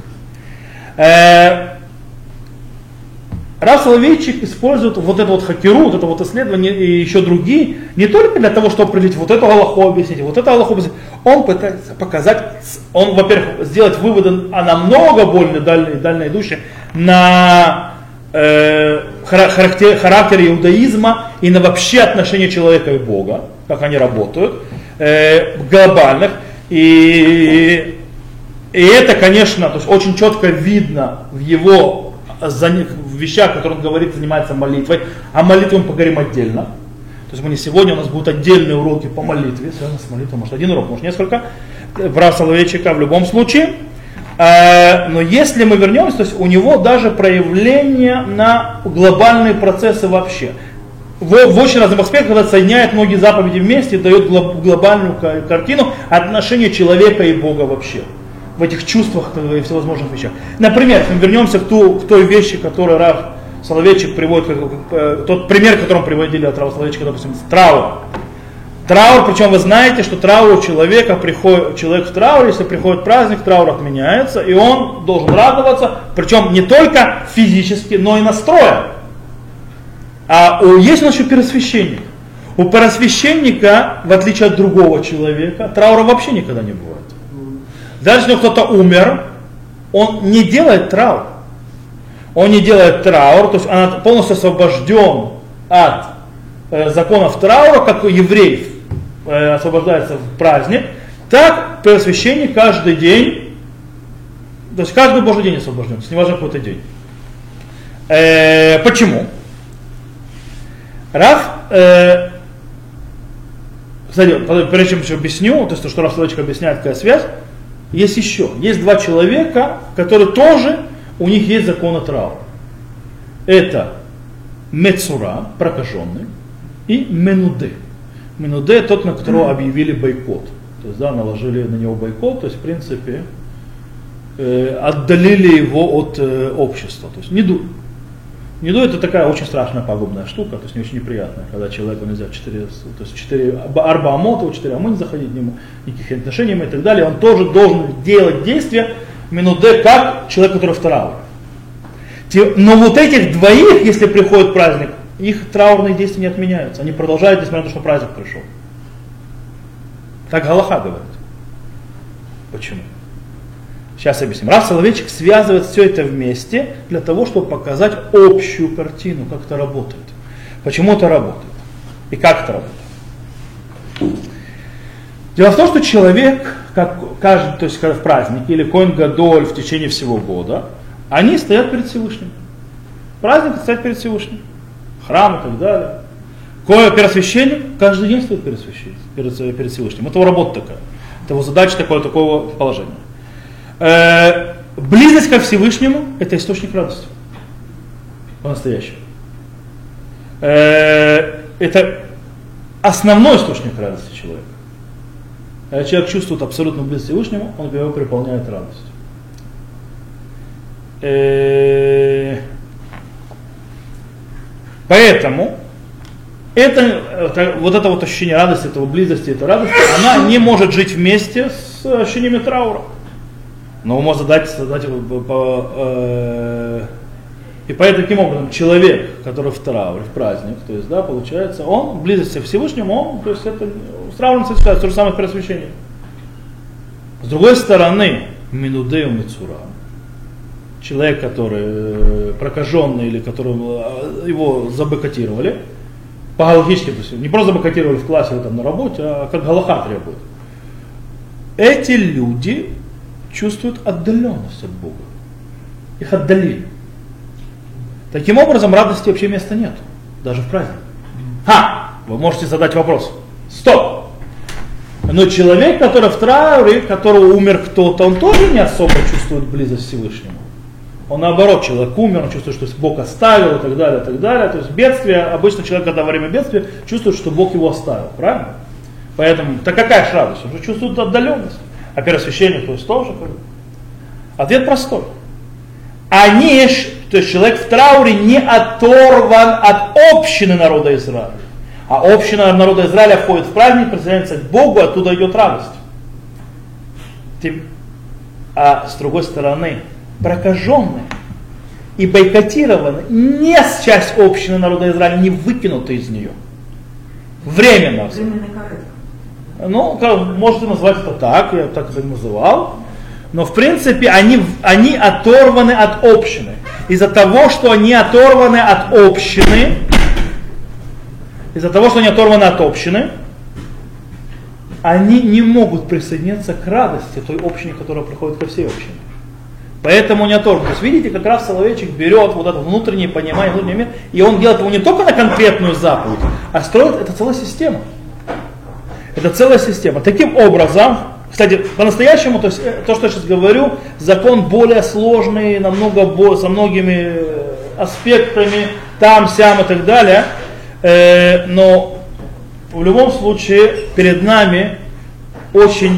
Рав Соловейчик использует вот это вот хакеру, вот это вот исследование и еще другие, не только для того, чтобы определить вот эту галаху объяснить, вот эту галаху объяснить. Он пытается показать, он, во-первых, сделать выводы намного более дальноидущие на характер иудаизма и на вообще отношения человека и Бога, как они работают, глобальных. И это, конечно, то есть очень четко видно в его в вещах, в которых он говорит, занимается молитвой. О молитве мы поговорим отдельно. То есть мы не сегодня, у нас будут отдельные уроки по молитве, связанные с молитвой, может один урок, может несколько, в Рав Соловейчика в любом случае. Но если мы вернемся, то есть у него даже проявление на глобальные процессы вообще. В очень разных аспектах, когда соединяет многие заповеди вместе, дает глобальную картину отношения человека и Бога вообще. В этих чувствах и всевозможных вещах. Например, если мы вернемся к той вещи, которую Рав Соловейчик приводит, тот пример, который мы приводили от Рава Соловейчика, допустим, траур. Траур, причем вы знаете, что траур у человека, человек в трауре, если приходит праздник, траур отменяется, и он должен радоваться, причем не только физически, но и настроем. Есть у нас еще первосвященник. У первосвященника, в отличие от другого человека, траура вообще никогда не бывает. Даже если кто-то умер, он не делает траур. Он не делает траур, то есть он полностью освобожден от законов траура, как еврей освобождается в праздник, так первосвященник каждый день, то есть каждый Божий день освобожден, неважно какой-то день. Почему? Кстати, прежде чем объясню, то есть то, что Рав Соловейчик объясняет, какая связь, есть два человека, которые тоже, у них есть законы траура. Это Мецура, прокаженный, и Менуде. Менуде тот, на которого объявили бойкот. То есть, наложили на него бойкот, то есть, в принципе, отдалили его от общества. То есть, Ниду это такая очень страшная пагубная штука, то есть не очень неприятная, когда человеку нельзя 4 арбаамот, 4 амы не заходить к нему, никаких отношений и так далее, он тоже должен делать действия Менуде как человек, который в трауре. Но вот этих двоих, если приходит праздник, их траурные действия не отменяются, они продолжают, несмотря на то, что праздник пришел. Так Галаха говорит. Почему? Сейчас объясним. Рав Соловейчик связывает все это вместе для того, чтобы показать общую картину, как это работает. Почему это работает и как это работает. Дело в том, что человек, как каждый, то есть в празднике или Коэн Гадоль в течение всего года, они стоят перед Всевышним. Праздник стоит перед Всевышним. Храм и так далее. Первосвященник каждый день стоит перед Всевышним. Это его работа такая. Это его задача такого положения. Близость ко Всевышнему – это источник радости. По-настоящему. Это основной источник радости человека. Когда человек чувствует абсолютную близость к Всевышнему, он его переполняет радостью. Поэтому вот это вот ощущение радости, этого близости, этой радости, она не может жить вместе с ощущениями траура. Но он может задать и поэтому таким образом человек, который в трауре, в праздник, то есть, да, получается, он в близости к Всевышнему, то есть это с трауром сочетается, то же самое первосвящение. С другой стороны, минудею мицура, человек, который прокаженный или которого его забойкотировали, по галахически, не просто забойкотировали в классе или там на работе, а как галаха требует. Эти люди чувствуют отдаленность от Бога. Их отдалили. Таким образом, радости вообще места нет. Даже в праздник. Вы можете задать вопрос. Стоп! Но человек, который в трауре, которого умер кто-то, он тоже не особо чувствует близость к Всевышнему. Он наоборот, человек умер, он чувствует, что Бог оставил и так далее, и так далее. То есть бедствие, обычно человек, когда во время бедствия, чувствует, что Бог его оставил. Правильно? Поэтому, так какая же радость? Он же чувствует отдаленность. А первосвященник, то есть тоже. Ответ простой. То есть человек в трауре не оторван от общины народа Израиля. А община народа Израиля входит в праздник, присоединяется к Богу, оттуда идет радость. А с другой стороны, прокаженные и бойкотированы не с часть общины народа Израиля, не выкинуты из нее. Временно. Можете назвать это так, я так это называл. Но в принципе они оторваны от общины. Из-за того, что они оторваны от общины, они не могут присоединиться к радости той общине, которая приходит ко всей общине. Поэтому не оторваны. То есть видите, как раз Соловейчик берет вот это внутреннее понимание, внутренний мир, и он делает его не только на конкретную заповедь, а строит это целая система. Это целая система. Таким образом, кстати, по-настоящему, то есть то, что я сейчас говорю, закон более сложный, намного со многими аспектами, там, сям и так далее. Но в любом случае перед нами очень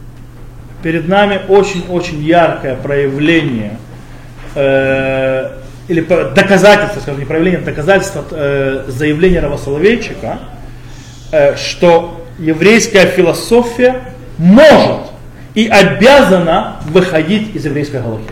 яркое проявление или доказательство, скажем, не проявление, а доказательство заявления Рава Соловейчика, что еврейская философия может и обязана выходить из еврейской галахи.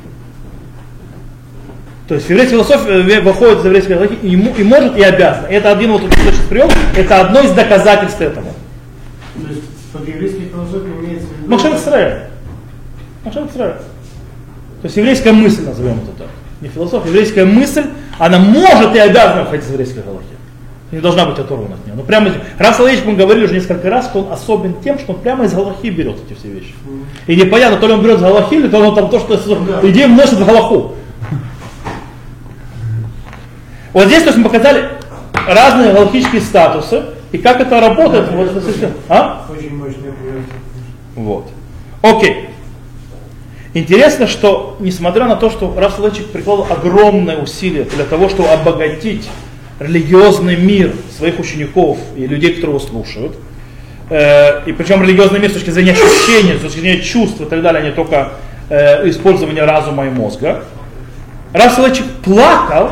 То есть еврейская философия выходит из еврейской галахи и может, и обязана. Это один вот этот прием, это одно из доказательств этого. То есть под еврейской философией имеется в виду... Махшевет Исраэль. То есть еврейская мысль, назовем это так. Не философия, еврейская мысль, она может и обязана выходить из еврейской галахи. Не должна быть оторвана от нее. Но прямо Рав Соловейчик, мы говорили уже несколько раз, что он особен тем, что он прямо из галахи берет эти все вещи. И непонятно, то ли он берет из галахи, или то ли он там то, что идею вносит в галаху. Вот здесь то есть, мы показали разные галахические статусы, и как это работает в этой системе. Очень мощный пример. Вот. Окей. Интересно, что несмотря на то, что Рав Соловейчик прикладывал огромные усилия для того, чтобы обогатить религиозный мир своих учеников и людей, которые его слушают, и причем религиозный мир с точки зрения ощущения, с точки зрения чувств и так далее, а не только использования разума и мозга, Рав Соловейчик плакал,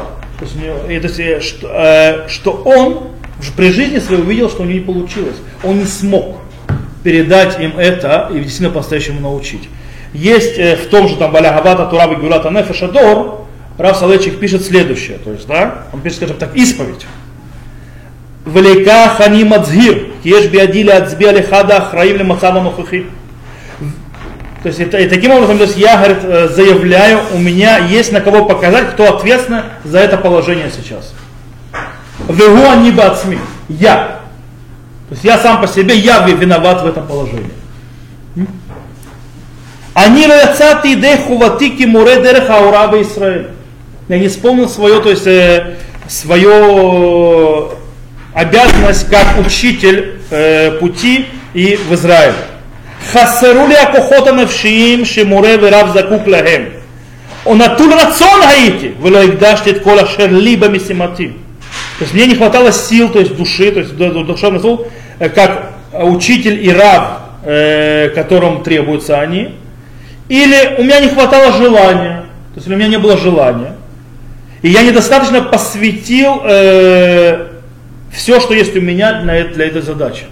что он при жизни своей увидел, что у него не получилось, он не смог передать им это и действительно по-настоящему научить. Есть в том же там Балягавата Турава Гюрата Нефешадор, Рав Соловейчик пишет следующее, то есть, да, он пишет, скажем так, исповедь. Велика хани мацгир, кеш биадили ацби алихада ахраим ли мацава нухахи. То есть и таким образом, то есть я, говорит, заявляю, у меня есть на кого показать, кто ответственен за это положение сейчас. Вегу они бацми. Я. То есть я сам по себе, я виноват в этом положении. Они рацати идей хуватики муре дерех аураба Израиль. Я не вспомнил свое, то есть свою обязанность как учитель пути и в Израиле. Хасерули акохота навшиим шемуре верав закук лахем. Онатул рацион гаити, вело игдаштит кола шерлиба мисимати. То есть мне не хватало сил, то есть души, то есть душевный сил, как учитель и раб, которым требуются они. Или у меня не хватало желания, то есть у меня не было желания. И я недостаточно посвятил все, что есть у меня для этой задачи.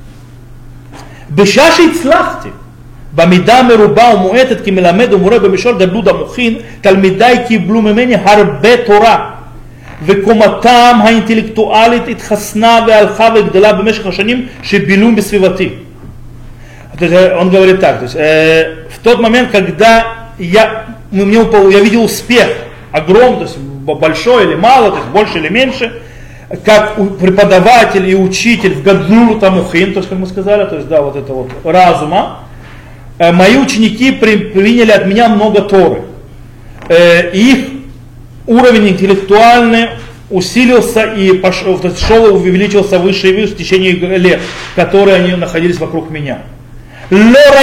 בשעה הצלחתי, במידה מרובה ומועטת כי מלמד ומורה במישור גדלות המוחין, תלמידיי קיבלו ממני הרבה תורה, וקומתם האינטלקטואלית התחסנה והלכה וגדלה במשך השנים שבילו בסביבתי. Он говорит так, то есть, в тот момент, когда я видел успех огромный, то есть большой или мало, то есть больше или меньше, как преподаватель и учитель в Гадлулу Тамухин, то есть, как мы сказали, то есть, да, вот это вот разума, мои ученики приняли от меня много Торы. Их уровень интеллектуальный усилился и пошел, то есть, шел и увеличился выше и выше в течение лет, которые они находились вокруг меня. Но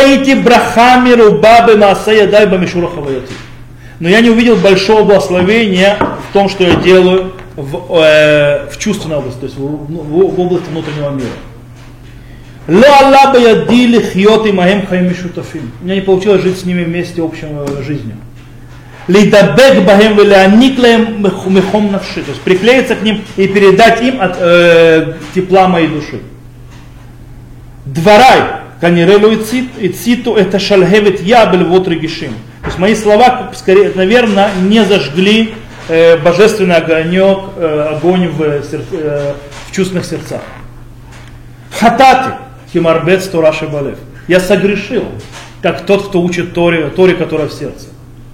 я не увидел большого благословения в том, что я делаю в чувственной области, то есть в области внутреннего мира. У меня не получилось жить с ними вместе общей жизнью. То есть приклеиться к ним и передать им от тепла моей души. Дварай, канирелу и циту, это шальгевит ябель вот регишим. То есть мои слова, скорее, наверное, не зажгли божественный огонь в чувственных сердцах. Хатати, химарбец Тораши Балев. Я согрешил, как тот, кто учит Торе, которая в сердце.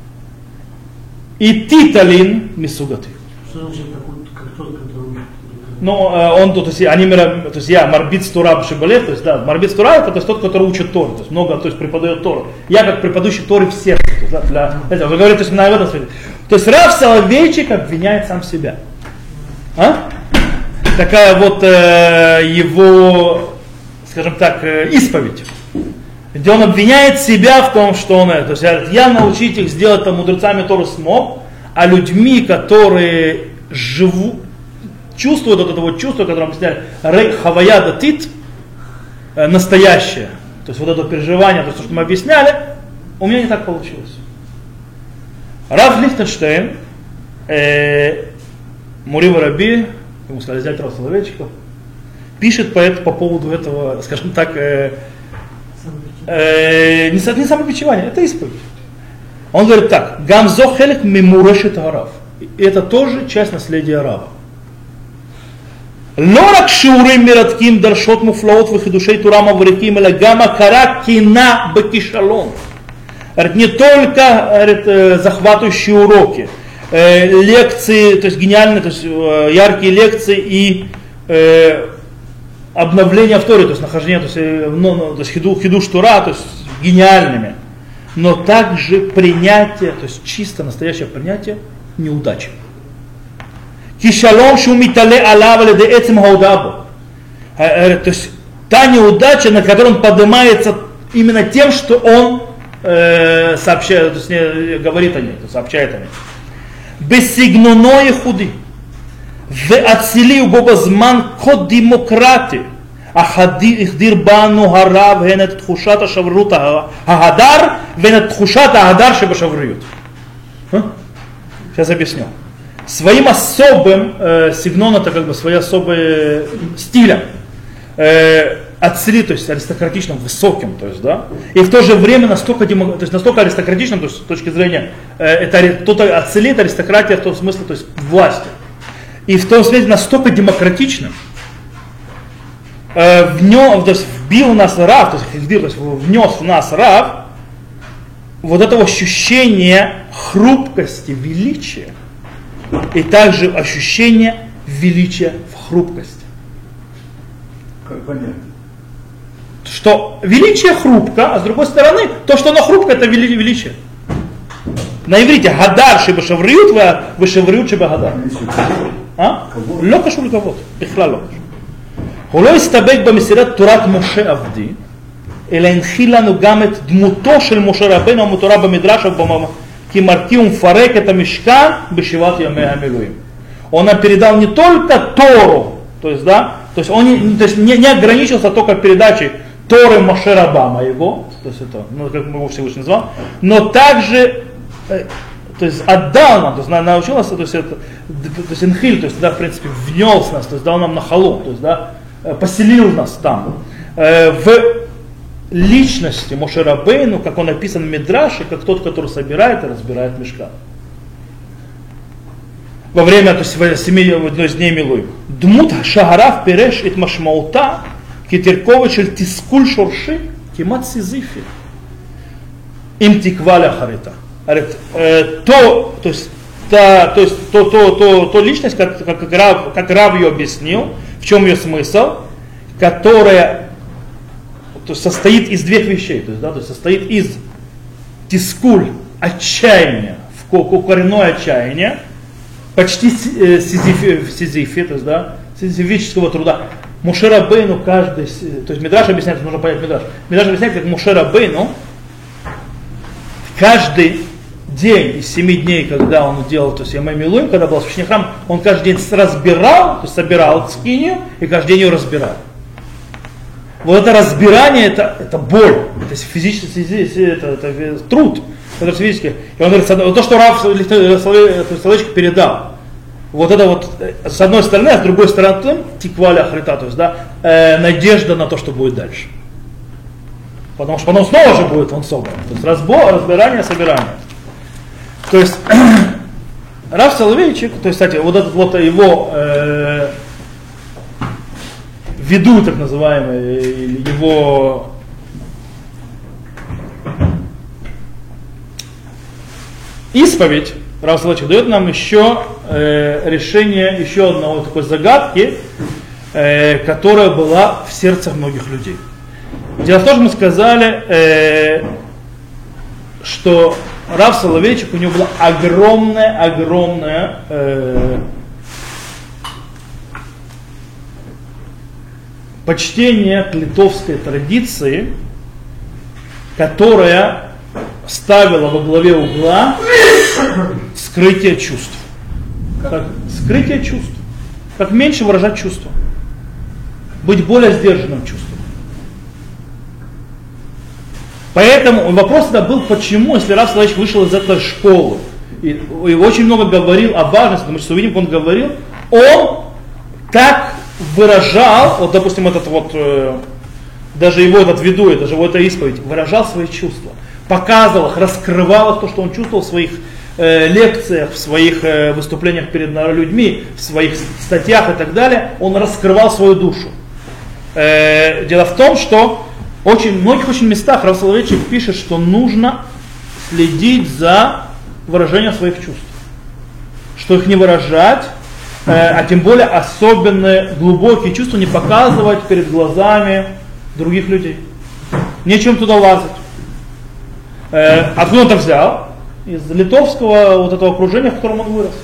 И титалин мисугаты. Что значит как тот, который... Ну, он то есть, то есть я марбиц Тора Шибалев, то есть да, марбиц Тора это тот, который учит Тору, то есть много, то есть преподает Тору. Я как преподающий Торы в сердце, то есть, да, вы говорите, то есть на этом свете. То есть Рав Соловейчик обвиняет сам себя. А? Такая вот его, скажем так, исповедь, где он обвиняет себя в том, что он это. То есть я научить их сделать там мудрецами Тору смог, а людьми, которые живут, чувствуют вот это вот чувство, которое мы объясняли, хавая датит, настоящее, то есть вот это переживание, то, что мы объясняли, у меня не так получилось. Рав Лихтенштейн, Мури Раби, ему сказали, взять Рав Соловейчиков, пишет по поводу этого, скажем так, не самобичевание, это исповедь. Он говорит так, Гамзо хелек мимурешит Арав. Это тоже часть наследия Рава. לא רק שיעורים מרתקים דרשות מופלאות וחידושי תורה מבריקים, אלא גם הכרה כנה בכישלון. Не только захватывающие уроки, лекции, то есть гениальные, то есть яркие лекции и обновление в Торе, то есть нахождение, то есть хидуш Тора, то есть гениальными, но также принятие, то есть чисто настоящее принятие неудачи. Кишалом шумитале алава ледеэцем хаудабо. То есть та неудача, на которой он поднимается именно тем, что он сообщает, то есть говорит о ней, сообщает о ней. Бессигноное худи. ואצילי ובו בזמן כה דמוקרטי, החדיר בנו הרב הן את תחושת השברירות ההדר והן את תחושת ההדר שבשבריות. Сейчас объясню. Своим особым сигноном, это как бы своим особым стилем, отцели, то есть аристократичным, высоким, то есть, да, и в то же время настолько, то есть настолько аристократичным, то есть с точки зрения, это кто-то отцелит аристократия в том смысле, то есть власти. И в том смысле настолько демократичным, в нем, то есть вбил нас Рав, то есть внес в нас Рав, вот этого ощущения хрупкости, величия, и также ощущение величия в хрупкости. Как понятно? Что величие хрупко, а с другой стороны, то, что оно хрупко, это величие. На иврите гадар шеба шавриют, вы шавриют шеба гадар. לא קשור לכבוד, בכלל לא קשור. הוא לא הסתפק במסירת תורת משה עבדי, אלא הנחיל לנו גם את דמותו של משה רבנו המתורה במדרש, כי מרכיב ומפרק את המשכן בשבעת ימי המילואים. Он нам передал не только Тору, то есть он не ограничился только передачей Торы Моше раба моего, то есть это, как мы его Всевышний назвал, но также то есть отдал нам, то есть научил нас, то есть инхиль, то есть в принципе внес нас, то есть дал нам нахалу, то есть поселил нас там в личности Моше Рабейну, как он описан в Мидраше, как тот, который собирает и разбирает мишкан. Во время, то есть в 7 дней Милуим. Дмут шагарав переш ит машмаута китерковый шель тискуль шорши кимат сизифи им тикваля харита. То личность, как Рав ее объяснил, в чем ее смысл, которая состоит из двух вещей, то есть состоит из тискуль, отчаяния, коренное отчаяние, почти сизифи, то есть сизифического труда. Моше Рабейну каждый, то есть Мидраш объясняет, нужно понять Мидраш. Мидраш объясняет, как Моше Рабейну каждый день из 7 дней, когда он делал, то есть Ямей Милуим, когда был священный храм, он каждый день разбирал, то есть собирал скинию и каждый день ее разбирал. Вот это разбирание, это боль, это физический, это труд, это физический. И он говорит, то, что Рав Соловейчик передал, вот это вот с одной стороны, а с другой стороны тикваля хрита, то есть надежда на то, что будет дальше. Потому что потом снова же будет он собран. То есть разбирание, собирание. То есть Рав Соловейчик, то есть, кстати, вот этот вот его веду, так называемый, его исповедь, Рав Соловейчик дает нам еще решение еще одной такой загадки, которая была в сердцах многих людей. Дело в том, что мы сказали, что Рав Соловейчик, у него было огромное почтение к литовской традиции, которая ставила во главе угла скрытие чувств. Как скрытие чувств. Как меньше выражать чувства. Быть более сдержанным чувством. Поэтому вопрос тогда был, почему, если Рав Соловейчик вышел из этой школы, и очень много говорил о важности, мы сейчас увидим, как он говорил, он так выражал, вот допустим этот вот, даже его этот веду, даже его эта исповедь, выражал свои чувства, показывал их, раскрывал их, то, что он чувствовал в своих лекциях, в своих выступлениях перед людьми, в своих статьях и так далее, он раскрывал свою душу. Дело в том, что в многих очень местах Рав Соловейчик пишет, что нужно следить за выражением своих чувств. Что их не выражать, а тем более особенные глубокие чувства не показывать перед глазами других людей. Нечем туда лазать. Откуда он это взял? Из литовского вот этого окружения, в котором он вырос.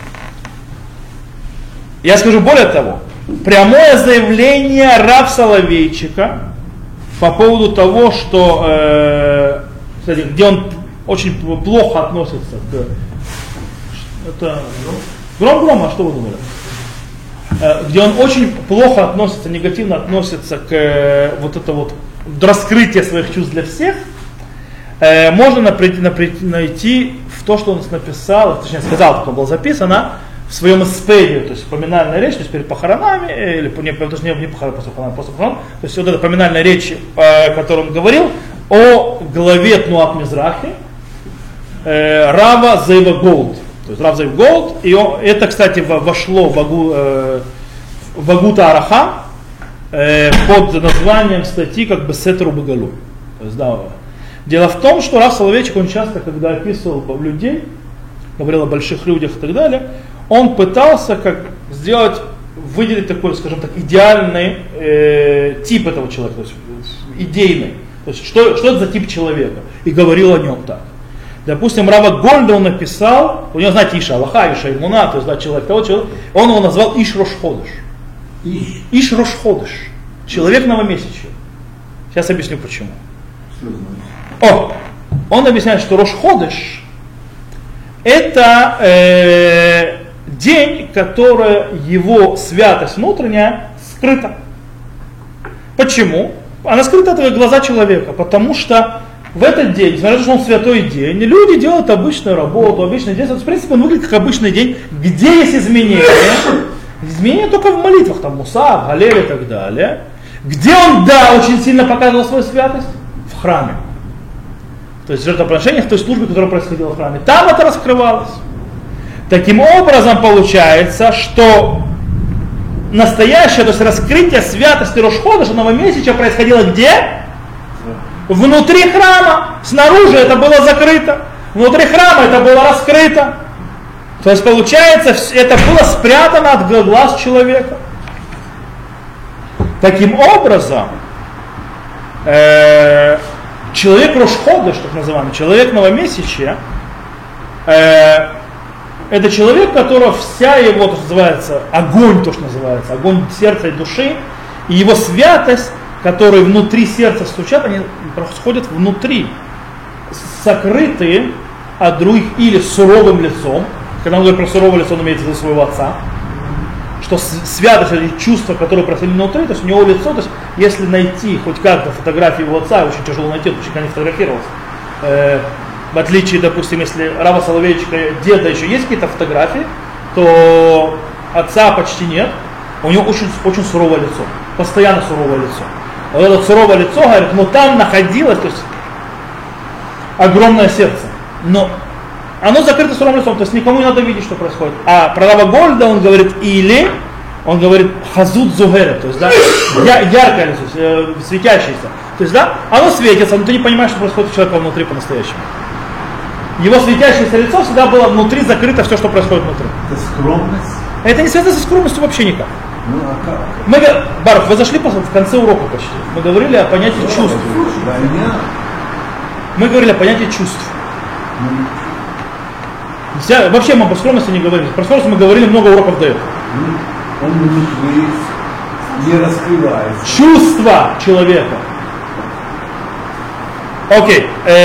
Я скажу более того, прямое заявление Рав Соловейчика по поводу того, что, кстати, где он очень плохо относится к... Это гром, а что вы думали? Где он очень плохо относится, негативно относится к вот это вот раскрытие своих чувств для всех, можно найти в то, что он написал, точнее сказал, как было записано, в своем исповеди, то есть поминальная речь, то есть перед похоронами, или не похоронами, после похорон, то есть вот эта поминальная речь, о которой он говорил, о главе Тнуат Мизрахи, Рава Зеева Голд. То есть Рав Зеев Голд, и это, кстати, вошло в Агута Араха под названием статьи как бы Сетеру Багалу. То есть, да, Дело в том, что Рав Соловейчик, он часто, когда описывал людей, говорил о больших людях и так далее, он пытался выделить такой, скажем так, идеальный тип этого человека, то есть идейный. То есть что это за тип человека? И говорил о нем так. Допустим, Рава Гольда он написал, у него, знаете, Иша Аллаха, Иша Имуна, то есть да, человек того человека, он его назвал Иш Рош Ходеш. Иш Рош Ходеш. Человек новомесячия. Сейчас объясню почему. Он объясняет, что Рош Ходеш это день, который его святость внутренняя скрыта. Почему? Она скрыта от глаза человека, потому что в этот день, несмотря на то, что он святой день, люди делают обычную работу, обычный день. В принципе, он выглядит как обычный день, где есть изменения. Изменения только в молитвах, там Мусав, Галель и так далее. Где он, да, очень сильно показывал свою святость? В храме. То есть в жертвоприношениях, в той службе, которая происходила в храме. Там это раскрывалось. Таким образом получается, что настоящее, то есть раскрытие святости Рош Ходеша, новомесяча происходило где? Внутри храма. Снаружи это было закрыто. Внутри храма это было раскрыто. То есть получается, это было спрятано от глаз человека. Таким образом, человек Рош Ходеш, так называемый, человек новомесячия, это человек, у которого вся его, то, что называется, огонь, то, что называется, огонь сердца и души, и его святость, которые внутри сердца стучат, они происходят внутри, сокрытые от других или суровым лицом. Когда он говорит про суровое лицо, он имеет в виду своего отца. Что святость или чувства, которые происходили внутри, то есть у него лицо, то есть если найти хоть как-то фотографию его отца, очень тяжело найти, потому что никогда не фотографировался. В отличие, допустим, если Рава Соловейчика деда еще есть какие-то фотографии, то отца почти нет. У него очень, очень суровое лицо, постоянно суровое лицо. Вот это суровое лицо, говорит, но там находилось, то есть огромное сердце. Но оно закрыто суровым лицом, то есть никому не надо видеть, что происходит. А про Рава Гольда он говорит, он говорит хазут зугера, то есть да, яркое лицо, светящееся. То есть да, оно светится, но ты не понимаешь, что происходит у человека внутри по-настоящему. Его светящееся лицо всегда было внутри закрыто все, что происходит внутри. Это скромность? Это не связано со скромностью вообще никак. Ну, а как? Барух, вы зашли в конце урока почти. Мы говорили о понятии чувств. Мы говорили о понятии чувств. Вообще мы по скромности не говорили. Про скромность мы говорили много уроков до этого. Он не раскрывается. Чувства человека. Окей.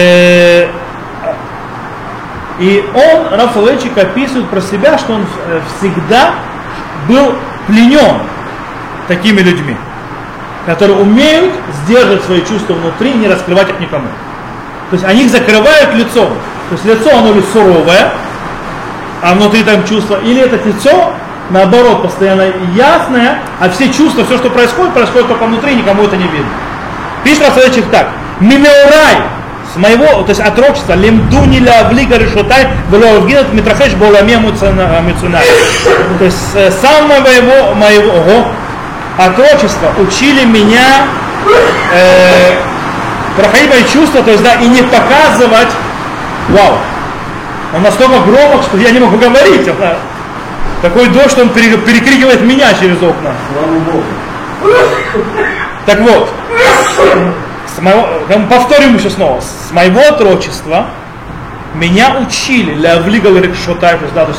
И он, Рав Соловейчик, описывает про себя, что он всегда был пленен такими людьми, которые умеют сдерживать свои чувства внутри и не раскрывать их никому. То есть они их закрывают лицом. То есть лицо оно лишь суровое, а внутри там чувства. Или это лицо, наоборот, постоянно ясное, а все чувства, все, что происходит только внутри, никому это не видно. Пишет Рав Соловейчик так. Мимеурай, с моего, то есть отрочества, лемдуни ля влига решотай, было вгинат митрахеш боламе мицунай. То есть с самого моего отрочества учили меня проходить мои чувства, то есть да, и не показывать, вау, он настолько громок, что я не могу говорить. Такой дождь, что он перекрикивает меня через окна. Слава Богу. Так вот, повторим еще снова. С моего отрочества меня учили лявлига решотай, то есть, да, то есть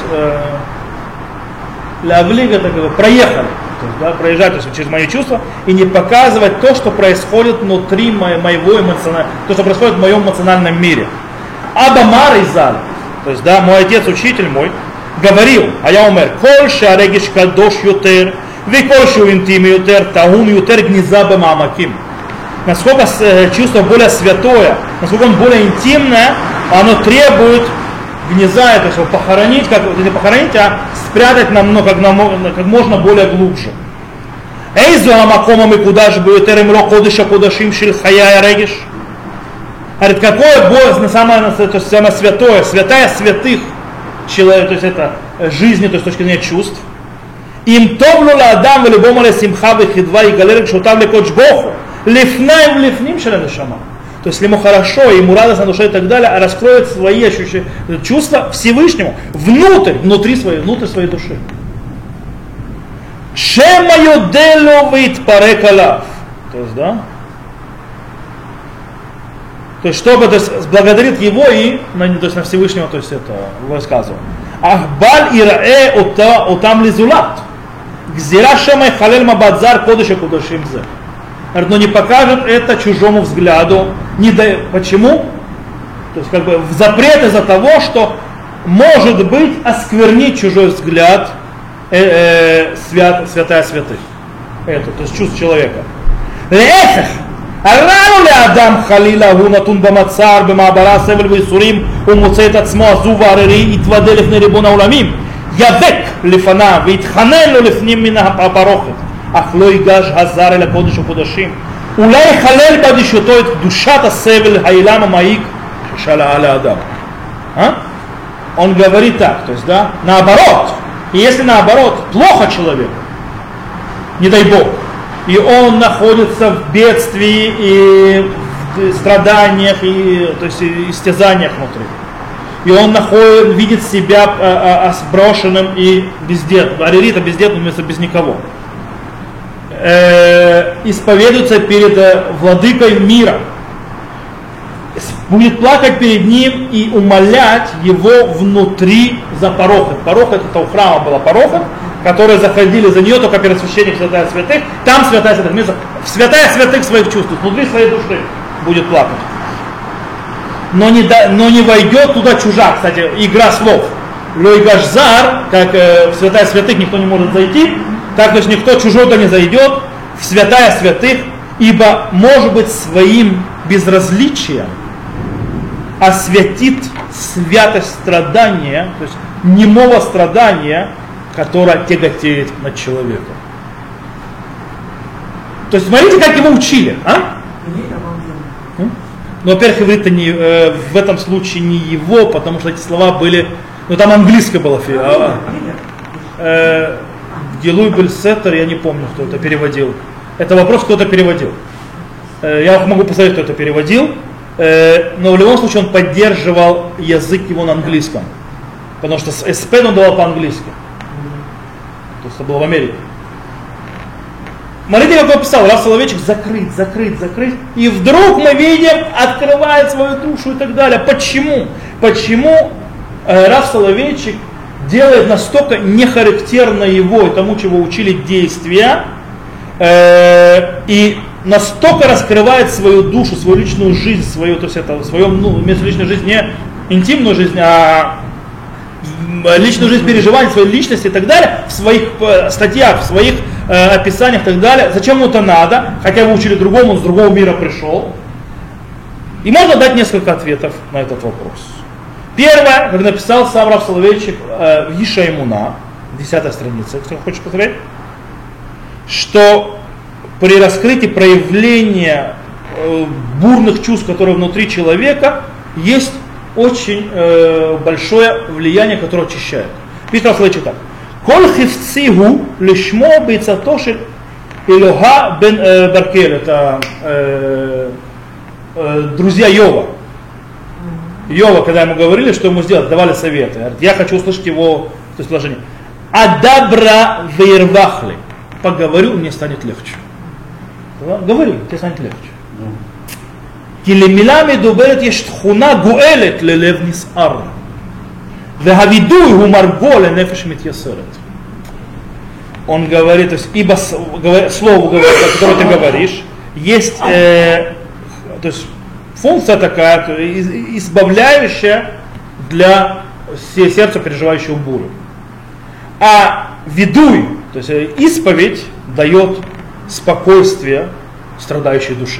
лявлига, так говорю, проехали, то есть, да, проезжать, то есть, через мои чувства и не показывать то, что происходит внутри моего эмоционального, то, что происходит в моем эмоциональном мире. Аба Мар Изаль, то есть, да, мой отец, учитель мой, говорил, а я умер, коль шарегиш кадош ютер, виколь шу интими ютер, тагун ютер гниза бамамаким. Насколько чувство более святое, насколько он более интимное, оно требует гнеза, то есть его похоронить, не похоронить, а спрятать намного, как можно более глубже. Эйзу амакомами куда же будет эремро кодыша кодашим шиль хая региш. Говорит, какое Бог самое святое, святая святых человека, то есть это жизни, то есть с точки зрения чувств. Им тоблула адам велибомале симха вехидва и галерик шутав лекодж боху. Лифнаем лифним шалем шама. то есть ему хорошо, ему радостно на душе и так далее, а раскроет свои ощущения, чувства Всевышнему внутри своей души. Шема йодело витпарекалав. То есть, да? То есть, чтобы, то есть, благодарит его и то есть, на Всевышнего, то есть, это высказывал. Ахбаль ирае отам лизулат. Гзира шема и халель мабадзар кодыша кудашим зе. Но не покажет это чужому взгляду. Почему? То есть, как бы, запрет из-за того, что может быть осквернить чужой взгляд святая святых. Это, то есть, чувство человека. הרענו לאדם חלילה הוא נתון במצר, במעברה, סבל וייסורים, הוא מוצא את עצמו עזוב ועררי, יתוודה לפני ריבון העולמים, יבק לפניו ויתחנן לו לפנים מן הפרוכת, אך לא ייגש הזר אל הקודש הקודשים, אולי יחלל באדישותו את קדושת הסבל האילם המעיק ששלעה לאדם. Он говорит так, то есть, да, наоборот, и если наоборот, плохо человеку, не дай Бог, и он находится в бедствии и в страданиях, и, то есть, и истязаниях внутри. И он видит себя сброшенным и бездетным. Аририта бездетным вместо без никого. Исповедуется перед владыкой мира. Будет плакать перед ним и умолять его внутри за парохот. Парохот, это у храма была парохот, которые заходили за нее только первосвященник святая святых, там святая святых место, святая святых своих чувств, внутри своей души будет плакать. Но не войдет туда чужак, кстати, игра слов. Лойгашзар, как в святая святых никто не может зайти, так то есть никто чужой-то не зайдет в святая святых, ибо может быть своим безразличием освятит святость страдания, то есть немого страдания, которая тяготеет над человеком. То есть смотрите, как его учили. Ну, во-первых, иврит не, в этом случае не его, потому что эти слова были, там английское было. Гилуй Бельсеттер, я не помню, кто это переводил. Это вопрос, кто это переводил. Я могу посмотреть, кто это переводил, но в любом случае он поддерживал язык его на английском, потому что СП он давал по-английски. То есть это было в Америке. Смотрите, как он писал, Рав Соловейчик закрыть. И вдруг мы видим, открывает свою душу и так далее. Почему? Почему Рав Соловейчик делает настолько нехарактерно его и тому, чего учили действия, и настолько раскрывает свою душу, свою личную жизнь, свою, то есть это, свою личную жизнь, не интимную жизнь, а личную жизнь переживаний, своей личности и так далее, в своих статьях, в своих описаниях и так далее. Зачем ему это надо? Хотя его учили другому, он с другого мира пришел. И можно дать несколько ответов на этот вопрос. Первое, как написал сам Рав Соловейчик в Иша Эмуна, 10 страница, кто хочет посмотреть, что при раскрытии проявления бурных чувств, которые внутри человека, есть очень большое влияние, которое очищает. Пишет Рав Соловейчик так. Коль хифцигу лишмо бейцатоши Илоха бен Баркель, это друзья Йова. Йова, когда ему говорили, что ему сделать, давали советы. Говорит, я хочу услышать его предложение. Адабра вейрвахли. Поговорю, мне станет легче. Говори, тебе станет легче. Килимилами дуберет есть тхуна гуэлет лелев нисар. Вегавидуй гумарго ленефеш митьясерет. Он говорит, то есть, ибо слово, которое ты говоришь, есть то есть, функция такая, избавляющая для сердца, переживающего бурю. А видуй, то есть исповедь, дает спокойствие страдающей души.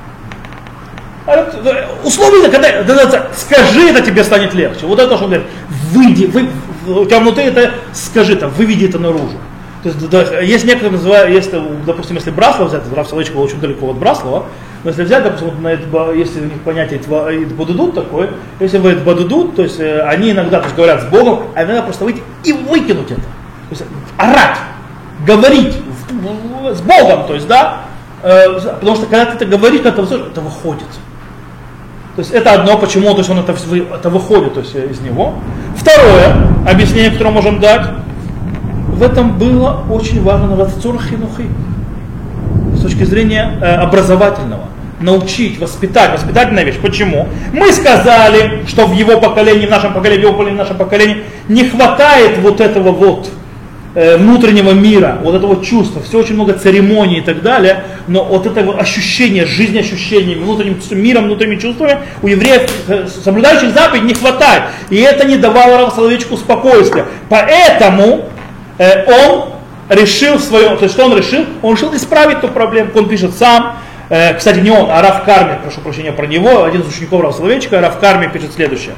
Условия, когда скажи, это тебе станет легче. Вот это, что он говорит, выйди, у тебя внутри это скажи, там, выведи это наружу. То есть, да, есть некоторые называют, если, допустим, если Браслов взять, Рав Соловейчик был очень далеко от Браслова, но если взять, допустим, если у них понятие Идбадудут такое, если вы Идбадудут, то есть они иногда то есть, говорят с Богом, а иногда просто выйти и выкинуть это. То есть орать, говорить с Богом, то есть, да, потому что когда ты это говоришь, когда ты это выходит. То есть это одно, почему то есть он это выходит то есть, из него. Второе объяснение, которое мы можем дать, в этом было очень важно с точки зрения образовательного. Научить, воспитательная вещь. Почему? Мы сказали, что в его поколении, в нашем поколении, в его поколении, в нашем поколении не хватает вот этого вот внутреннего мира, вот этого чувства, все очень много церемоний и так далее, но вот этого ощущения, жизнеощущениями, внутренним миром, внутренними чувствами у евреев, соблюдающих заповедь, не хватает. И это не давало Раву Соловейчику спокойствия. Поэтому он решил свое, то есть что он решил? Он решил исправить эту проблему, он пишет сам. Кстати, не он, а Рав Карми, прошу прощения про него, один из учеников Рава Соловейчика, Рав Карми пишет следующее.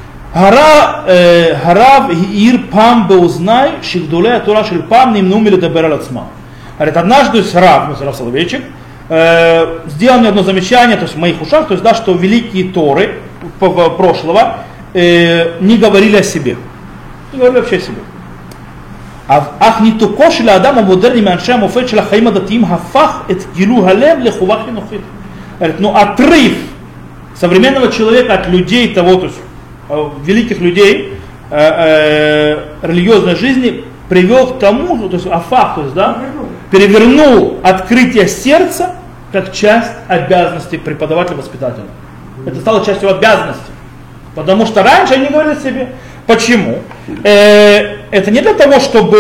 Гарав ир пам беузнай шигдуле Тора шель пам нимнум или дабер алацма. Говорит, однажды Рав Соловейчик сделал мне одно замечание, то есть в моих ушах, то есть да, что великие Торы прошлого не говорили о себе, не говорили вообще о себе. אך ניתוקו של האדם המודרני מאנשי המופת של החיים הדתיים הפך את גילוי הלב לחובה חינוכית. Но отрыв современного человека от людей того, то есть великих людей религиозной жизни привел к тому, то есть афах, то есть да, перевернул открытие сердца как часть обязанностей преподавателя-воспитателя. Это стало частью обязанностей. Потому что раньше они говорили себе. Почему? Это не для того, чтобы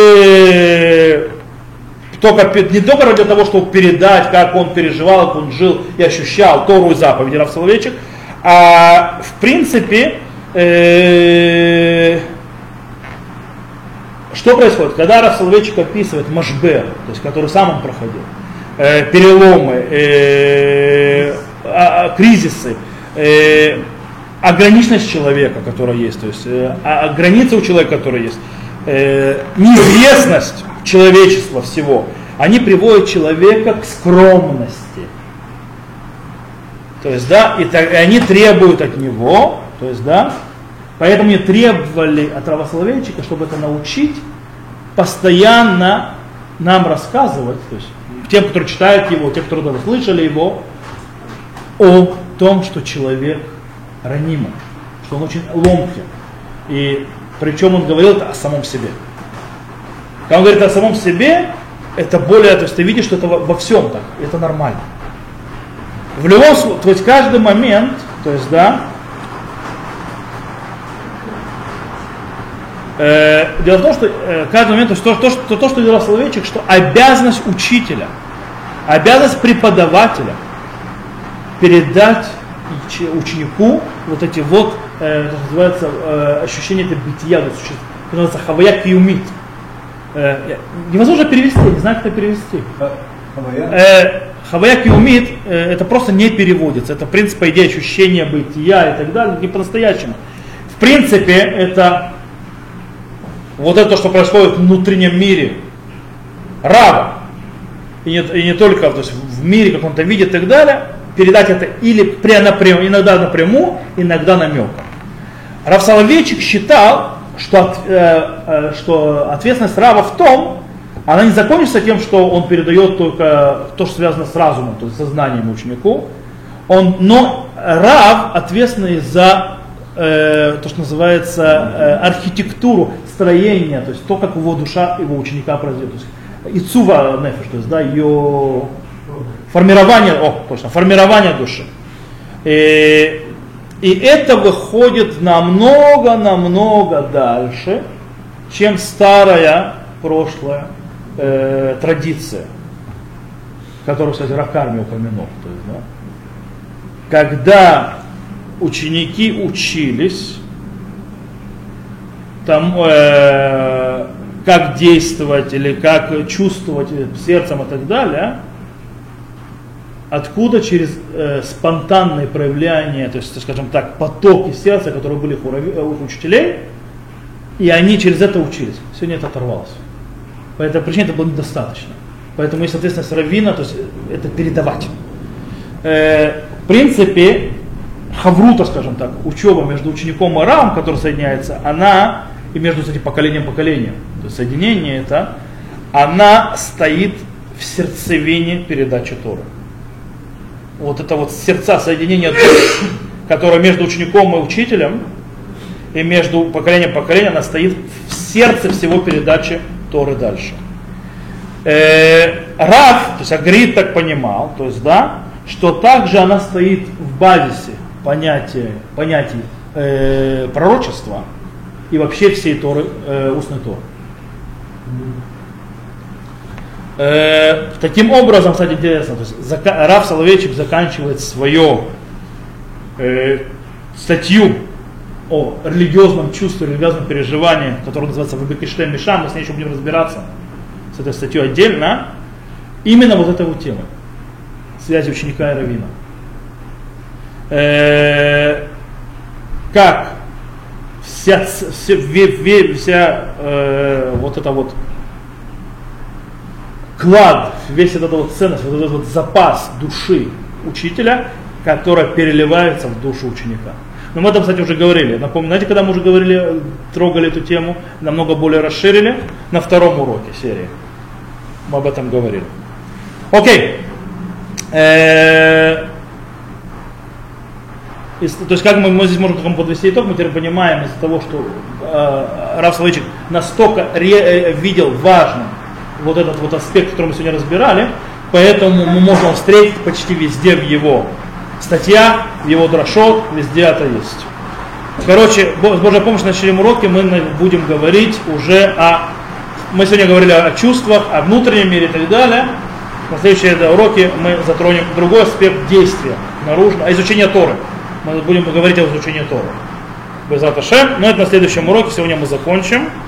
не только для того, чтобы передать, как он переживал, как он жил и ощущал Тору и заповеди Рав Соловейчик, а в принципе, что происходит? Когда Рав Соловейчик описывает машбер, то есть который сам он проходил, переломы, кризисы, ограниченность человека, которая есть, то есть граница у человека, которая есть, неизвестность человечества всего, они приводят человека к скромности. То есть, да, и они требуют от него, то есть, да, поэтому они требовали от Рава Соловейчика, чтобы это научить, постоянно нам рассказывать, то есть тем, которые читают его, тем, которые даже слышали его, о том, что человек ранимым, что он очень ломкий. И причем он говорил это о самом себе. Когда он говорит о самом себе, это более, то есть ты видишь, что это во всем так, это нормально. В любом случае, то есть каждый момент, то есть, да, дело в том, что каждый момент, то, что делал Соловейчик, что обязанность учителя, обязанность преподавателя передать ученику вот эти вот, это называется, ощущения это бытия, это называется хавая киумит. Невозможно перевести, не знаю, как это перевести. Хавая киумит, это просто не переводится. Это, в принципе, по идее, ощущение бытия и так далее, не по-настоящему. В принципе, это вот это, что происходит в внутреннем мире Рава, и не только то есть в мире, как он это видит и так далее, передать это или иногда напрямую, иногда намеком. Рав Соловейчик считал, что ответственность Рава в том, она не закончится тем, что он передает только то, что связано с разумом, то есть сознанием ученику, но Рав ответственный за то, что называется архитектуру, строение, то есть то, как его душа его ученика произойдет. То есть ицува нефеш, то есть да, ее формирование души. И это выходит намного дальше, чем старая прошлая традиция, которую, кстати, Рав Карми упомянул. То есть, да, когда ученики учились тому, как действовать или как чувствовать сердцем и так далее, откуда через спонтанные проявления, то есть, скажем так, потоки сердца, которые были у учителей, и они через это учились. Сегодня это оторвалось. По этой причине это было недостаточно. Поэтому есть ответственность раввина, то есть это передавать. В принципе, хаврута, скажем так, учеба между учеником и равом, который соединяется, она, и между этим поколением, то есть соединение это, она стоит в сердцевине передачи Торы. Вот это вот сердца, соединение душ, которая между учеником и учителем, и между поколением и поколением, она стоит в сердце всего передачи Торы дальше. Рав, то есть Агрид так понимал, то есть, да, что также она стоит в базисе понятий пророчества и вообще всей Торы, устной Торы. Таким образом, кстати, интересно, то есть Рав Соловейчик заканчивает свою статью о религиозном чувстве, религиозном переживании, которое называется Вебекиштем Мишам, мы с ней еще будем разбираться, с этой статьей отдельно, именно вот этой вот темы, связи ученика и раввина. Как вся вот эта вот клад, весь этот вот ценность, вот этот вот запас души учителя, которая переливается в душу ученика. Но мы об этом, кстати, уже говорили. Напомню, знаете, когда мы уже говорили, трогали эту тему, намного более расширили, на втором уроке серии. Мы об этом говорили. Окей. То есть, как мы здесь можем подвести итог, мы теперь понимаем из-за того, что Рав Соловейчик настолько видел важным вот этот вот аспект, который мы сегодня разбирали, поэтому мы можем встретить почти везде в его статьях, в его дрошот, везде это есть. Короче, с Божьей помощью на следующем уроке мы будем говорить уже мы сегодня говорили о чувствах, о внутреннем мире и так далее. На следующем уроке мы затронем другой аспект действия, наружного, изучения Торы. Мы будем говорить о изучении Торы. Безат Ашем. Но это на следующем уроке. Сегодня мы закончим.